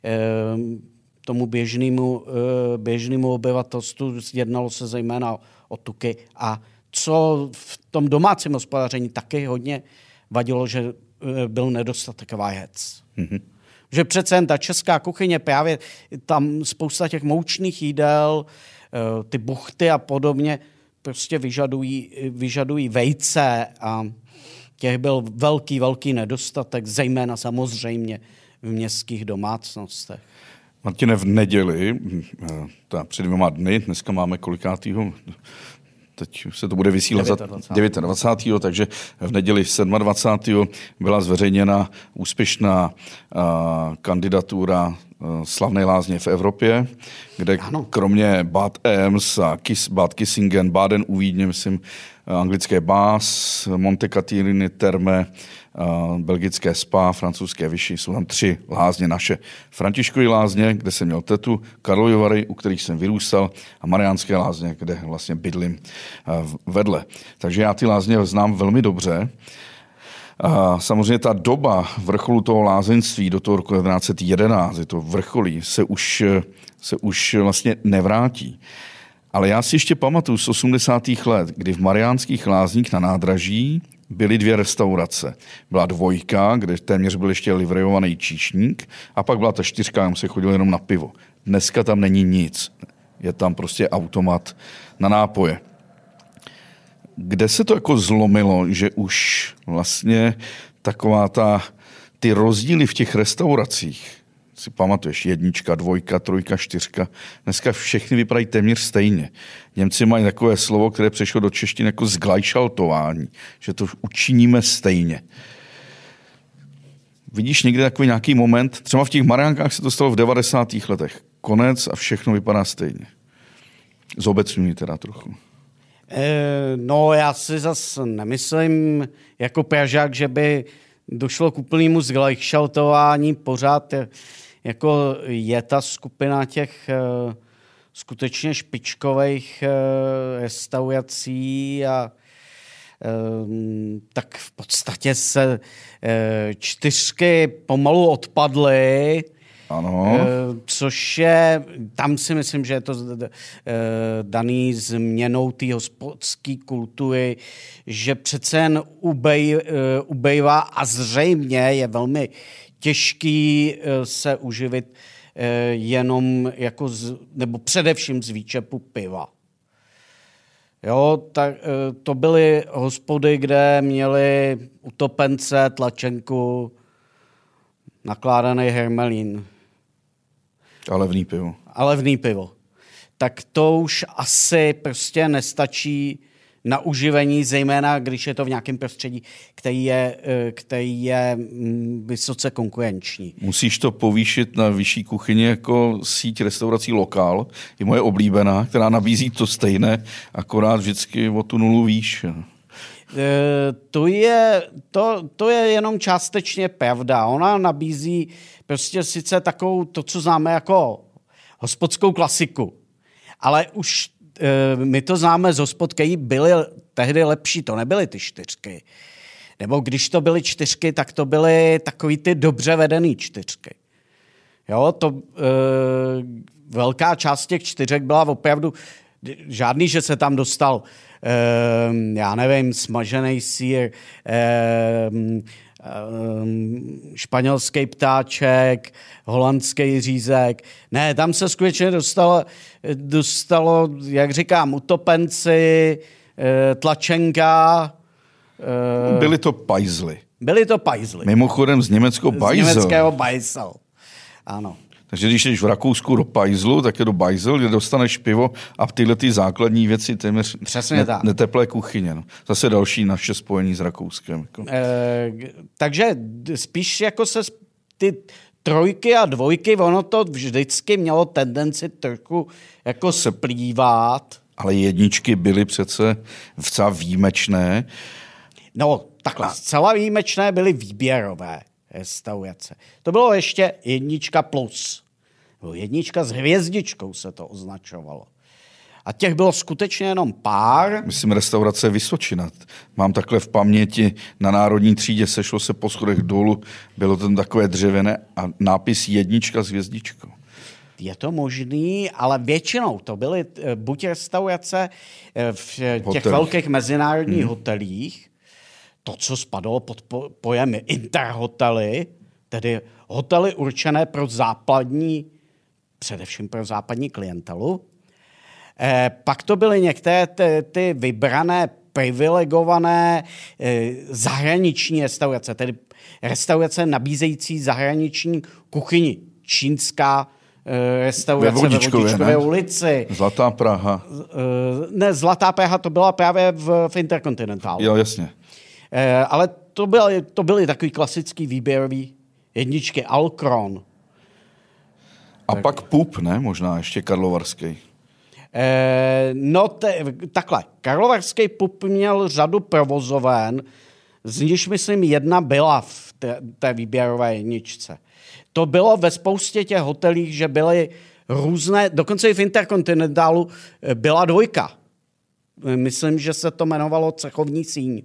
tomu běžnému, běžnému obyvatelstvu, jednalo se zejména o tuky. A co v tom domácím hospodaření taky hodně vadilo, že byl nedostatek vajec. Mm-hmm. Že přece jen ta česká kuchyně, právě tam spousta těch moučných jídel, ty buchty a podobně, prostě vyžadují, vyžadují vejce a těch byl velký, velký nedostatek, zejména samozřejmě v městských domácnostech.
Martine, v neděli, ta před dvěma dny, dneska máme kolikátýho, teď se to bude vysílat za dvacátého devátého takže v neděli dvacátého sedmého byla zveřejněna úspěšná uh, kandidatura uh, slavné lázně v Evropě, kde ano. kromě Bad Ems a Kis, Bad Kissingen, Baden u Vídně, myslím, anglické Bás, Monte Cateriny, Terme, uh, belgické Spa, francouzské Vichy, jsou tam tři lázně naše. Františkovy lázně, kde jsem měl tetu, Karlovy Vary, u kterých jsem vyrůstal, a Mariánské lázně, kde vlastně bydlím uh, vedle. Takže já ty lázně znám velmi dobře. A samozřejmě ta doba vrcholu toho lázeňství do toho roku devatenáct set jedenáct, to vrcholí, se už, se už vlastně nevrátí. Ale já si ještě pamatuju z osmdesátých let, kdy v Mariánských lázních na nádraží byly dvě restaurace. Byla dvojka, kde téměř byl ještě livrejovaný číšník, a pak byla ta čtyřka, kam se chodilo jenom na pivo. Dneska tam není nic. Je tam prostě automat na nápoje. Kde se to jako zlomilo, že už vlastně taková ta, ty rozdíly v těch restauracích, si pamatuješ, jednička, dvojka, trojka, čtyřka, dneska všechny vypadají téměř stejně. Němci mají takové slovo, které přešlo do češtiny jako zglajšaltování, že to učiníme stejně. Vidíš někdy takový nějaký moment, třeba v těch Mariánkách se to stalo v devadesátých letech, konec a všechno vypadá stejně. Zobecňuji teda trochu.
No, já si zase nemyslím jako Pražák, že by došlo k úplnému zglajšaltování. Pořád je, jako je ta skupina těch uh, skutečně špičkových uh, restaurací a uh, tak v podstatě se uh, čtyřky pomalu odpadly.
Ano.
Což je, tam si myslím, že je to daný změnou té hospodské kultury, že přece jen ubej, ubejvá a zřejmě je velmi těžký se uživit jenom jako z, nebo především z výčepu piva. Jo, tak to byly hospody, kde měli utopence, tlačenku, nakládaný hermelín.
A levný pivo.
A levný pivo. Tak to už asi prostě nestačí na uživení, zejména když je to v nějakém prostředí, který je, který je vysoce konkurenční.
Musíš to povýšit na vyšší kuchyni jako síť restaurací Lokál, je moje oblíbená, která nabízí to stejné, akorát vždycky o tu nulu výš.
To je, to, to je jenom částečně pravda. Ona nabízí prostě sice takovou, to, co známe jako hospodskou klasiku. Ale už e, my to známe z hospod, který byly tehdy lepší. To nebyly ty čtyřky. Nebo když to byly čtyřky, tak to byly takový ty dobře vedený čtyřky. Jo, to e, velká část těch čtyřek byla opravdu žádný, že se tam dostal Uh, já nevím, smažený sýr, uh, uh, španělský ptáček, holandský řízek. Ne, tam se skutečně dostalo, dostalo jak říkám, utopenci, uh, tlačenka.
Uh, byly to pajzly.
Byly to pajzly.
Mimochodem z německého bajzel.
Z německého bajzel, ano.
Takže když jdeš v Rakousku do Pajzlu, tak je do Bajzel, kde dostaneš pivo a tyhle ty základní věci téměř ne, neteplé kuchyně. No. Zase další naše spojení s Rakouskem. Jako.
E, takže spíš jako se ty trojky a dvojky, ono to vždycky mělo tendenci trochu jako splývat.
Ale jedničky byly přece vcela výjimečné.
No, takhle, zcela výjimečné byly výběrové restaurace. To bylo ještě jednička plus. Jednička s hvězdičkou se to označovalo. A těch bylo skutečně jenom pár.
Myslím, restaurace Vysočina. Mám takhle v paměti, na Národní třídě sešlo se po schodech dolů, bylo tam takové dřevěné a nápis jednička s hvězdičkou.
Je to možný, ale většinou to byly buď restaurace v těch
Hotelích.
velkých mezinárodních
hmm.
hotelích, to, co spadalo pod pojem interhotely, tedy hotely určené pro západní, především pro západní klientelu. Eh, pak to byly některé ty, ty vybrané, privilegované eh, zahraniční restaurace, tedy restaurace nabízející zahraniční kuchyni. Čínská eh, restaurace ve
Vodičkově,
ve Vodičkové ulici.
Zlatá Praha.
Eh, ne, Zlatá Praha to byla právě v, v Intercontinentálu.
Jo, jasně.
Eh, ale to byly, to byly takový klasický výběrový jedničky. Alcron.
A tak. Pak Pup, ne? Možná ještě Karlovarský.
Eh, no te, takhle. Karlovarský Pup měl řadu provozoven, z níž, myslím, jedna byla v té, té výběrové jedničce. To bylo ve spoustě těch hotelích, že byly různé, dokonce i v Intercontinentálu byla dvojka. Myslím, že se to jmenovalo Cechovní síň.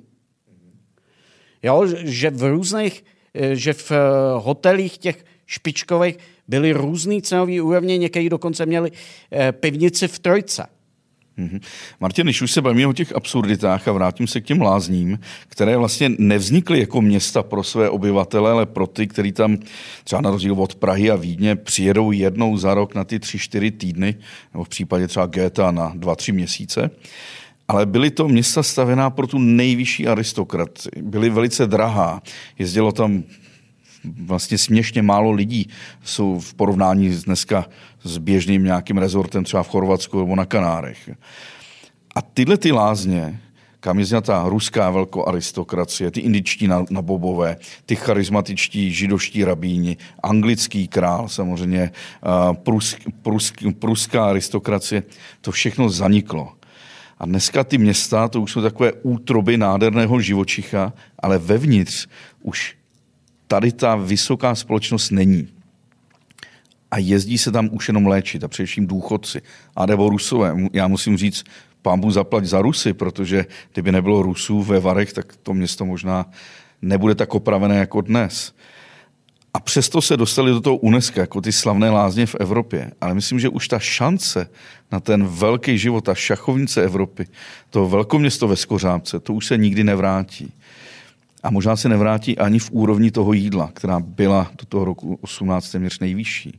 Jo, že v různých, že v hotelích těch špičkových byly různý cenový úrovně, někteří dokonce měli pivnici v trojce.
Mm-hmm. Martin, když už se bavíme o těch absurditách a vrátím se k těm lázním, které vlastně nevznikly jako města pro své obyvatele, ale pro ty, kteří tam třeba na rozdíl od Prahy a Vídně přijedou jednou za rok na ty tři, čtyři týdny, nebo v případě třeba Géta na dva, tři měsíce. Ale byly to města stavěná pro tu nejvyšší aristokraty. Byly velice drahá. Jezdilo tam vlastně směšně málo lidí. Jsou v porovnání dneska s běžným nějakým rezortem třeba v Chorvatsku nebo na Kanárech. A tyhle ty lázně, kam jezdila ta ruská velkoaristokracie, ty indičtí nabobové, ty charismatičtí židovští rabíni, anglický král, samozřejmě prusk, prusk, pruská aristokracie, to všechno zaniklo. A dneska ty města, to už jsou takové útroby nádherného živočicha, ale vevnitř už tady ta vysoká společnost není. A jezdí se tam už jenom léčit, a především důchodci. A nebo Rusové. Já musím říct, pán Bůh zaplať za Rusy, protože kdyby nebylo Rusů ve Varech, tak to město možná nebude tak opravené jako dnes. A přesto se dostali do toho UNESCO, jako ty slavné lázně v Evropě. Ale myslím, že už ta šance na ten velký život, ta šachovnice Evropy, to velkoměsto ve Skořápce, to už se nikdy nevrátí. A možná se nevrátí ani v úrovni toho jídla, která byla do toho roku osmnáct téměř nejvyšší.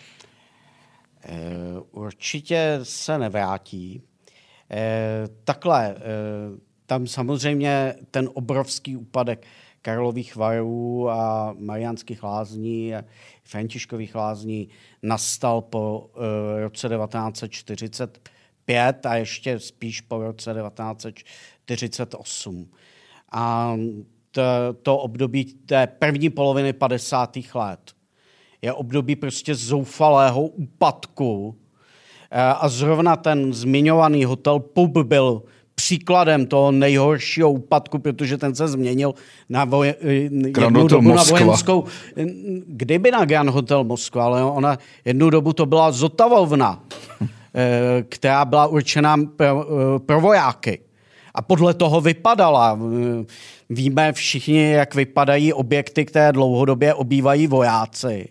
Určitě se nevrátí. Takhle, tam samozřejmě ten obrovský úpadek Karlových Varů a Mariánských lázní a Františkových lázní nastal po roce devatenáct set čtyřicet pět a ještě spíš po roce devatenáct set čtyřicet osm. A to, to období té první poloviny padesátých let je období prostě zoufalého úpadku a zrovna ten zmiňovaný hotel Pup byl příkladem toho nejhoršího úpadku, protože ten se změnil na, voje, jednu dobu na vojenskou. Kdyby na Grand Hotel Moskva, ale ona jednu dobu to byla Zotavovna, která byla určená pro, pro vojáky. A podle toho vypadala. Víme všichni, jak vypadají objekty, které dlouhodobě obývají vojáci.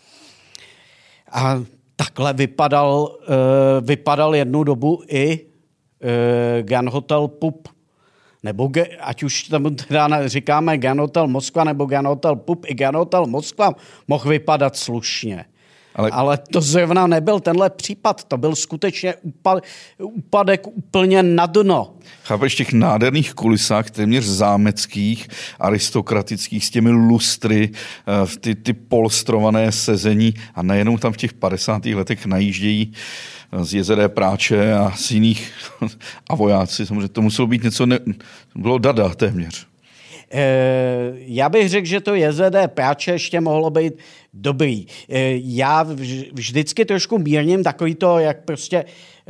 A takhle vypadal, vypadal jednu dobu i Grand Hotel Pup. Nebo ať už tam teda říkáme Grand Hotel Moskva nebo Grand Hotel Pup, i Grand Hotel Moskva mohl vypadat slušně. Ale... Ale to zrovna nebyl tenhle případ. To byl skutečně úpad, úpadek úplně na dno.
Chápeš, těch nádherných kulisách, téměř zámeckých, aristokratických, s těmi lustry, ty, ty polstrované sezení a nejenom tam v těch padesátých letech najíždějí z J Z D Práče a z jiných a vojáci. Samozřejmě to muselo být něco, ne, bylo dada téměř.
Já bych řekl, že to J Z D Práče ještě mohlo být dobrý. Já vždycky trošku mírním takový to, jak prostě,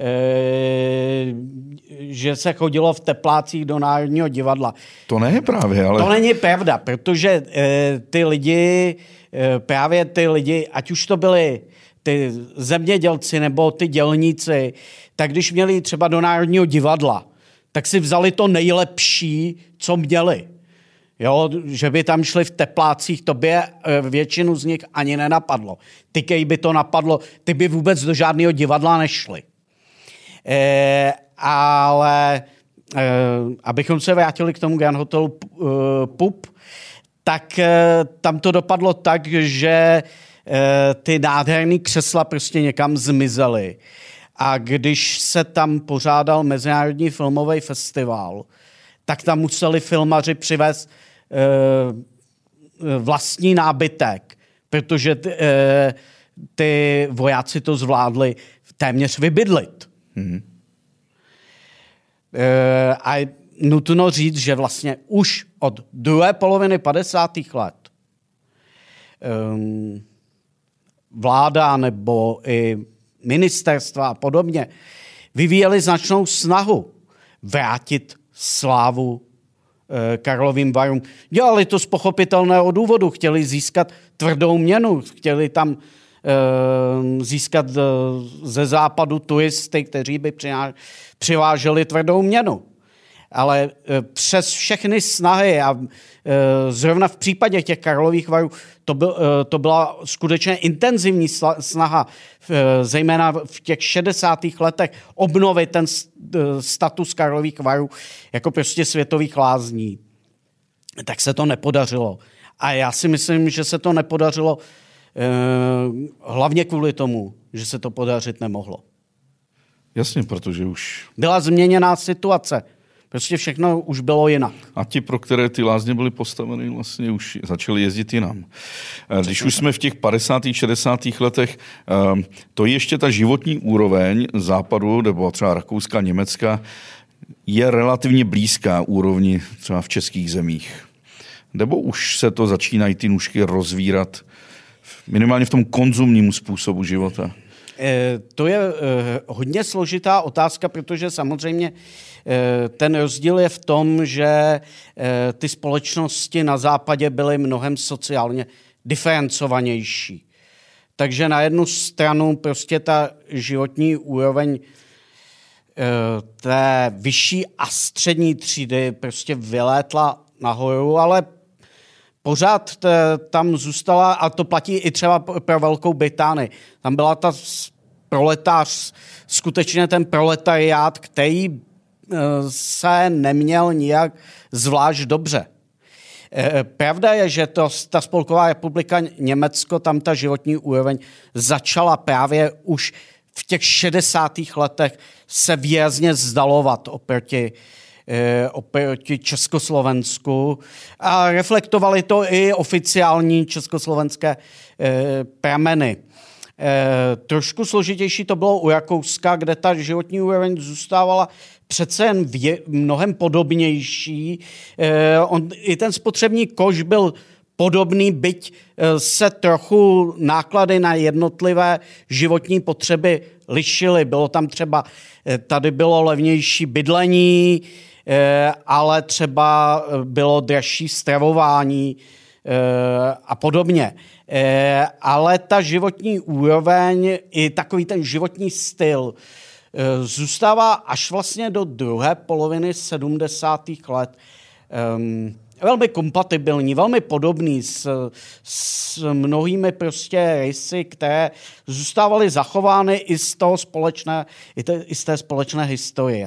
že se chodilo v teplácích do Národního divadla.
To ne právě, ale...
To není pravda, protože ty lidi, právě ty lidi, ať už to byli ty zemědělci nebo ty dělníci, tak když měli třeba do Národního divadla, tak si vzali to nejlepší, co měli. Jo, že by tam šli v teplácích, to by většinu z nich ani nenapadlo. Ty, kej by to napadlo, ty by vůbec do žádného divadla nešli. E, ale e, abychom se vrátili k tomu Grand Hotelu e, Pup, tak e, tam to dopadlo tak, že e, ty nádherný křesla prostě někam zmizely. A když se tam pořádal Mezinárodní filmový festival, tak tam museli filmaři přivést e, vlastní nábytek, protože ty, e, ty vojáci to zvládli téměř vybydlit. Mm-hmm. E, a nutno říct, že vlastně už od druhé poloviny padesátých let e, vláda nebo i ministerstva a podobně vyvíjeli značnou snahu vrátit slávu e, Karlovým Varům. Dělali to z pochopitelného důvodu. Chtěli získat tvrdou měnu. Chtěli tam e, získat e, ze západu turisty, kteří by přiváželi tvrdou měnu. Ale e, přes všechny snahy a e, zrovna v případě těch Karlových Varů to, byl, e, to byla skutečně intenzivní snaha, e, zejména v těch šedesátých letech, obnovit ten status Karlových Varů jako prostě světových lázní. Tak se to nepodařilo. A já si myslím, že se to nepodařilo e, hlavně kvůli tomu, že se to podařit nemohlo.
Jasně, protože už...
Byla změněná situace. Prostě všechno už bylo jinak.
A ti, pro které ty lázně byly postaveny, vlastně už začali jezdit jinam. Když už jsme v těch padesátých, šedesátých letech, to je ještě ta životní úroveň západu, nebo třeba Rakouska, Německa, je relativně blízká úrovni třeba v českých zemích. Nebo už se to začínají ty nůžky rozvírat minimálně v tom konzumnímu způsobu života?
To je hodně složitá otázka, protože samozřejmě ten rozdíl je v tom, že ty společnosti na západě byly mnohem sociálně diferencovanější. Takže na jednu stranu prostě ta životní úroveň té vyšší a střední třídy prostě vylétla nahoru, ale pořád t, tam zůstala, a to platí i třeba pro Velkou Británii. Tam byla ta proletář, skutečně ten proletariát, který se neměl nijak zvlášť dobře. Pravda je, že to, ta Spolková republika Německo, tam ta životní úroveň začala právě už v těch šedesátých letech se výrazně vzdalovat oproti oproti Československu a reflektovali to i oficiální československé prameny. Trošku složitější to bylo u Rakouska, kde ta životní úroveň zůstávala přece jen vě, mnohem podobnější. On, i ten spotřební koš byl podobný, byť se trochu náklady na jednotlivé životní potřeby lišily. Bylo tam třeba, tady bylo levnější bydlení, ale třeba bylo dražší stravování a podobně. Ale ta životní úroveň i takový ten životní styl zůstává až vlastně do druhé poloviny sedmdesátých let velmi kompatibilní, velmi podobný s, s mnohými prostě rysy, které zůstávaly zachovány i z toho společné, i, te, i z té společné historie.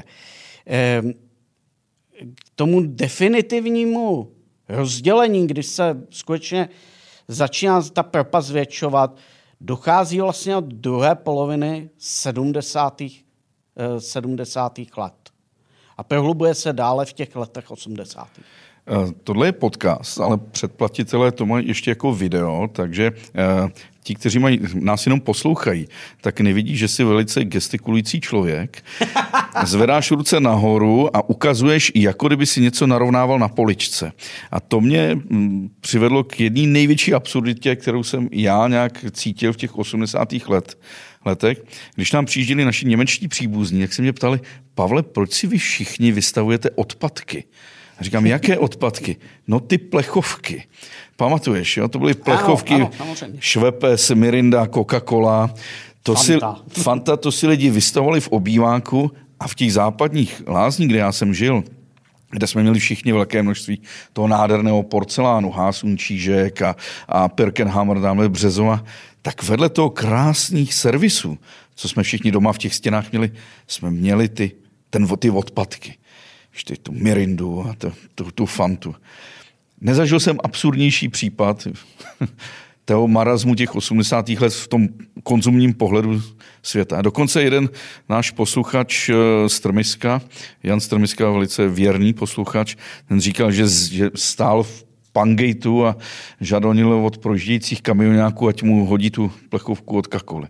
K tomu definitivnímu rozdělení, kdy se skutečně začíná ta propast zvětšovat, dochází vlastně od druhé poloviny sedmdesátých let. A prohlubuje se dále v těch letech osmdesátých.
Tohle je podcast, ale předplatitelé to mají ještě jako video, takže ti, kteří mají, nás jenom poslouchají, tak nevidí, že jsi velice gestikulující člověk. Zvedáš ruce nahoru a ukazuješ, jako kdyby si něco narovnával na poličce. A to mě přivedlo k jedné největší absurditě, kterou jsem já nějak cítil v těch osmdesátých let, letech. Když nám přijížděli naši němečtí příbuzní, jak se mě ptali, Pavle, proč si vy všichni vystavujete odpadky? A říkám, jaké odpadky? No ty plechovky. Pamatuješ, jo? To byly plechovky,
ano, ano,
Schweppes, Mirinda, Coca-Cola. To
Fanta.
Si, Fanta, to si lidi vystavovali v obýváku a v těch západních lázních, kde já jsem žil, kde jsme měli všichni velké množství toho nádherného porcelánu, Hásun, Čížek a, a Pirkenhammer, dáme Březova, tak vedle toho krásných servisů, co jsme všichni doma v těch stěnách měli, jsme měli ty, ten, ty odpadky. Ještě tu Mirindu a tu, tu, tu Fantu. Nezažil jsem absurdnější případ toho marazmu těch osmdesátých let v tom konzumním pohledu světa. Dokonce jeden náš posluchač z Trmiska, Jan Strmiska, velice věrný posluchač, ten říkal, že, že stál v Pangejtu a žadonil od projíždějících kamionáků, ať mu hodí tu plechovku od Coca-Coly.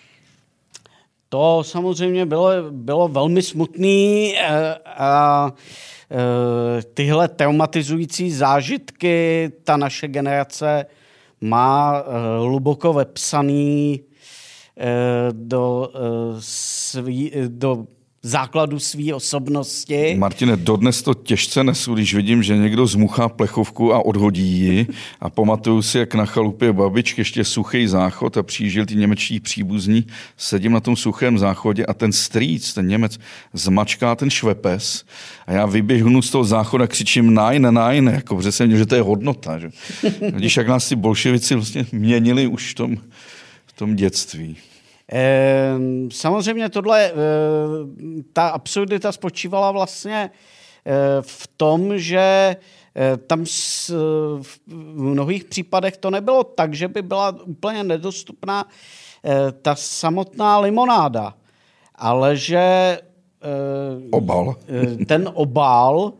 To samozřejmě bylo, bylo velmi smutný a tyhle traumatizující zážitky ta naše generace má hluboko vepsaný do, svý, do základu své osobnosti.
Martine, dodnes to těžce nesu, když vidím, že někdo zmuchá plechovku a odhodí ji a pamatuju si, jak na chalupě babičky ještě suchý záchod a přijížděl ty němečtí příbuzní, sedím na tom suchém záchodě a ten strýc, ten Němec, zmačká ten Schweppes a já vyběhnu z toho záchoda a křičím nein, nein, jako protože jsem měl, že to je hodnota. Že? Když jak nás ty bolševici vlastně měnili už v tom, v tom dětství.
Samozřejmě tohle, ta absurdita spočívala vlastně v tom, že tam v mnohých případech to nebylo tak, že by byla úplně nedostupná ta samotná limonáda, ale že
obal.
ten obal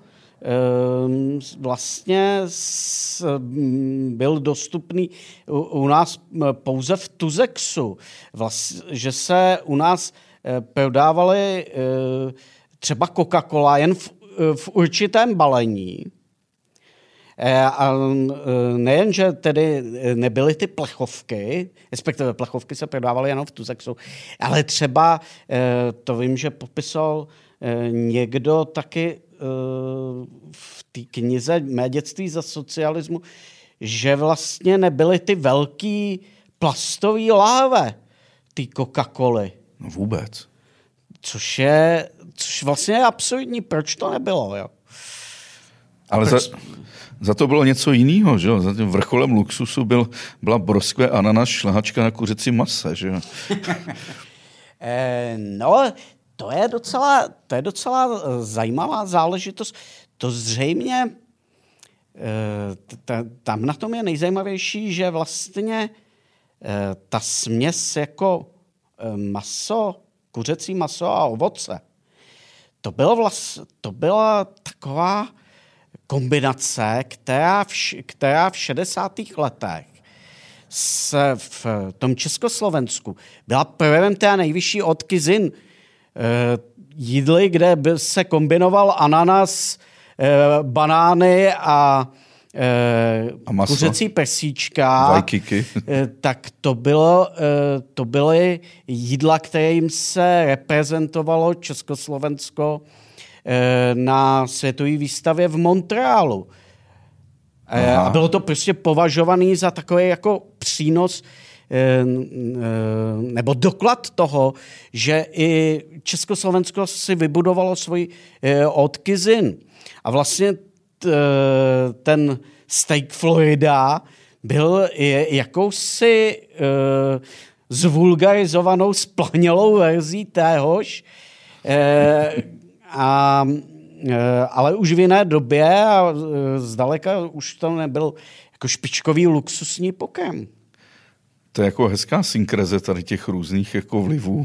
vlastně byl dostupný u nás pouze v Tuzexu. Vlastně, že se u nás prodávaly třeba Coca-Cola jen v, v určitém balení. A nejen, že tedy nebyly ty plechovky, respektive plechovky se prodávaly jenom v Tuzexu, ale třeba, to vím, že popisoval někdo taky v té knize Mé dětství za socialismu, že vlastně nebyly ty velký plastový láhve ty Coca-Coly.
No vůbec.
Což je, což vlastně je absurdní. Proč to nebylo, jo?
Ale proč... za, za to bylo něco jiného, že jo? Za tím vrcholem luxusu byl, byla broskve ananas šlehačka na kuřecí mase, že jo?
eh, no... To je docela, to je docela zajímavá záležitost. To zřejmě, tam na tom je nejzajímavější, že vlastně ta směs jako maso, kuřecí maso a ovoce, to, bylo vlast, to byla taková kombinace, která v, která v šedesátých letech se v tom Československu byla projevem té nejvyšší odkyzin jídly, kde by se kombinoval ananas, banány a,
a
kuřecí persíčka.
Vajkiky.
Tak to, bylo, to byly jídla, kterým se reprezentovalo Československo na světové výstavě v Montrealu. Aha. A bylo to prostě považovaný za takový jako přínos nebo doklad toho, že i Československo si vybudovalo svůj odkyzin. A vlastně t, ten steak Florida byl jakousi zvulgarizovanou, splanělou verzí téhož, a, ale už v jiné době a zdaleka už to nebyl jako špičkový luxusní pokrm.
To je jako hezká synkreze tady těch různých jako vlivů.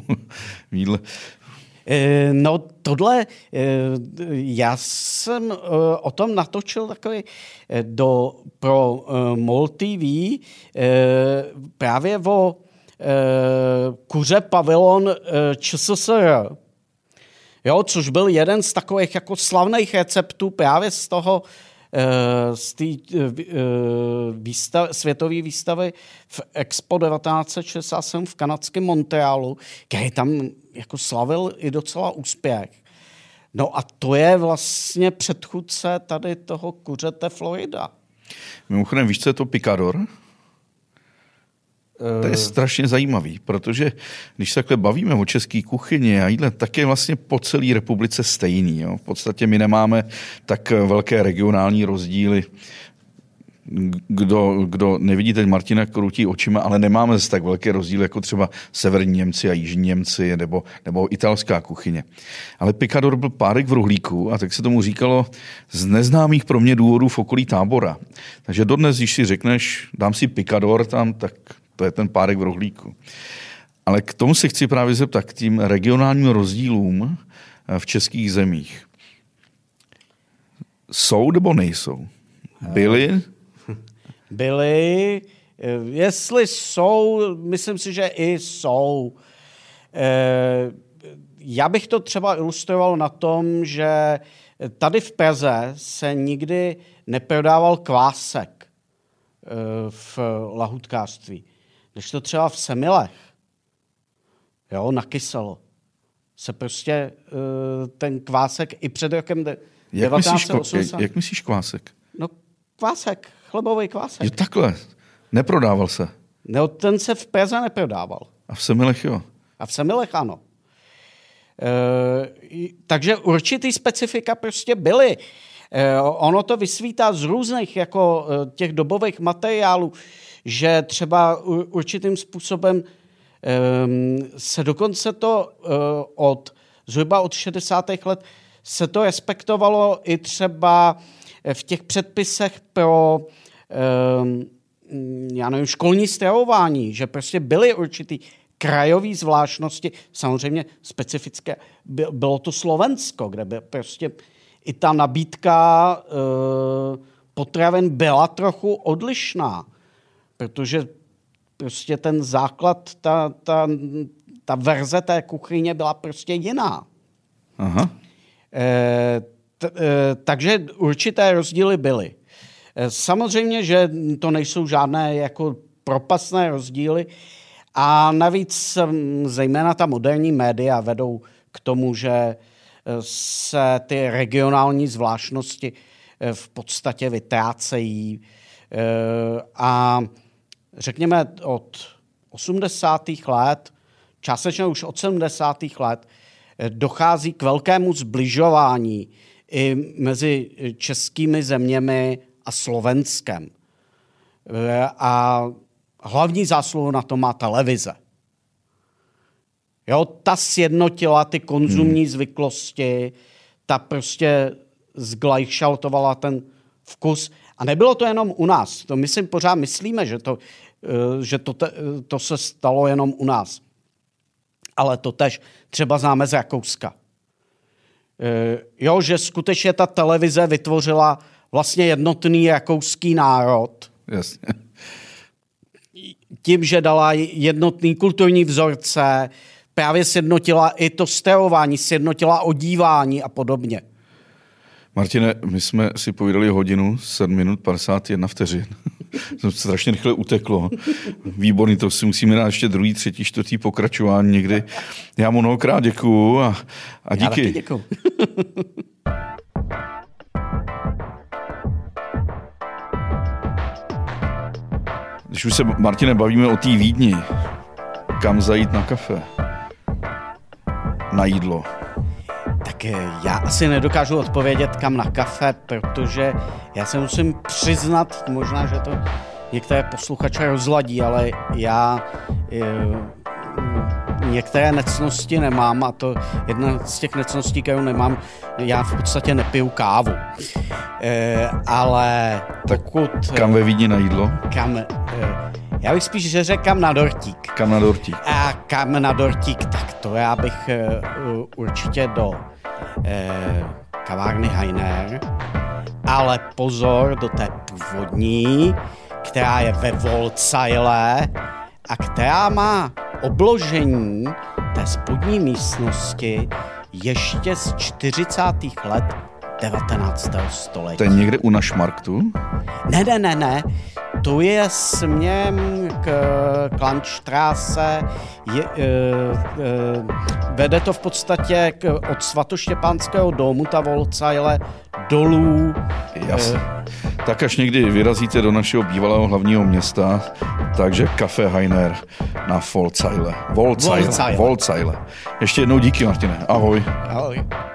No tohle, já jsem o tom natočil takový do, pro MOL T V právě o kuře pavilon ČSSR. Jo, což byl jeden z takových jako slavných receptů právě z toho z té výstav, světové výstavy v Expo devatenáct set šedesát sedm v kanadském Montrealu, který tam jako slavil i docela úspěch. No a to je vlastně předchůdce tady toho kuřete Florida.
Mimochodem, víš, co je to picador? To je strašně zajímavý, protože když se takhle bavíme o české kuchyni a jídle, tak je vlastně po celé republice stejný. Jo. V podstatě my nemáme tak velké regionální rozdíly. Kdo, kdo nevidí teď Martina krutí očima, ale nemáme zase tak velké rozdíly jako třeba severní Němci a jižní Němci nebo, nebo italská kuchyně. Ale picador byl párek v rohlíku a tak se tomu říkalo z neznámých pro mě důvodů v okolí Tábora. Takže dodnes, když si řekneš, dám si picador tam, tak to je ten párek v rohlíku. Ale k tomu se chci právě zeptat, k tím regionálním rozdílům v českých zemích. Jsou nebo nejsou? Byly?
Byly. Jestli jsou, myslím si, že i jsou. Já bych to třeba ilustroval na tom, že tady v Praze se nikdy neprodával kvásek v lahůdkářství. Když to třeba v Semilech, jo, na Kyselo, se prostě ten kvásek i před rokem devatenáct set osmdesát...
Jak, jak myslíš kvásek?
No kvásek, chlebový kvásek.
Jo, takhle. Neprodával se.
No, ten se v Praze neprodával.
A v Semilech jo.
A v Semilech ano. E, takže určitý specifika prostě byly. E, ono to vysvítá z různých jako těch dobových materiálů, že třeba určitým způsobem e, se dokonce to e, od zhruba od šedesátých let se to respektovalo i třeba v těch předpisech pro já nevím, školní stravování, že prostě byly určitý krajové zvláštnosti, samozřejmě specifické. Bylo to Slovensko, kde by prostě i ta nabídka potravin byla trochu odlišná, protože prostě ten základ, ta, ta, ta verze té kuchyně byla prostě jiná.
Aha.
E, t, e, takže určité rozdíly byly. E, samozřejmě, že to nejsou žádné jako propastné rozdíly a navíc zejména ta moderní média vedou k tomu, že se ty regionální zvláštnosti v podstatě vytrácejí a řekněme od osmdesátých let, částečně už od sedmdesátých let, dochází k velkému zbližování i mezi českými zeměmi a Slovenskem. A hlavní zásluhu na to má televize. Jo, ta sjednotila ty konzumní hmm. zvyklosti, ta prostě zglajšaltovala ten vkus. A nebylo to jenom u nás. To my si pořád myslíme, že to, že to, to se stalo jenom u nás. Ale to tež třeba známe z Rakouska. Jo, že skutečně ta televize vytvořila vlastně jednotný rakouský národ.
Jasně.
Tím, že dala jednotný kulturní vzorce, právě sjednotila i to stravování, sjednotila odívání a podobně.
Martine, my jsme si povídali hodinu, sedm minut, padesát jedna vteřin. To strašně rychle uteklo. Výborný, to si musíme dát ještě druhý, třetí, čtvrtý pokračování někdy. Já mu mnohokrát děkuju a, a díky.
Já taky děkuju.
Když už se, Martine, bavíme o té Vídni, kam zajít na kafe? Na jídlo?
Tak já asi nedokážu odpovědět, kam na kafe, protože já se musím přiznat, možná, že to některé posluchače rozladí, ale já e, některé necnosti nemám a to jedna z těch necností, kterou nemám, já v podstatě nepiju kávu. E, ale pokud...
Tak kam ve Vídni na jídlo?
Kam... E, já bych spíš řekl kam na dortík.
Kam na dortík.
A kam na dortík, tak to já bych uh, určitě do uh, kavárny Heiner, ale pozor, do té původní, která je ve Volcajle a která má obložení té spodní místnosti ještě z čtyřicátých let devatenáctého století.
To je někde u Našmarktu?
Ne, ne, ne, ne. To je směrem Park, Klanštráse, je, e, e, vede to v podstatě k, od svatoštěpánského domu, ta Volzajle, dolů.
Jasně. Tak až někdy vyrazíte do našeho bývalého hlavního města, takže Café Heiner na Volzajle. Volzajle. Volzajle. Ještě jednou díky, Martine. Ahoj.
Ahoj.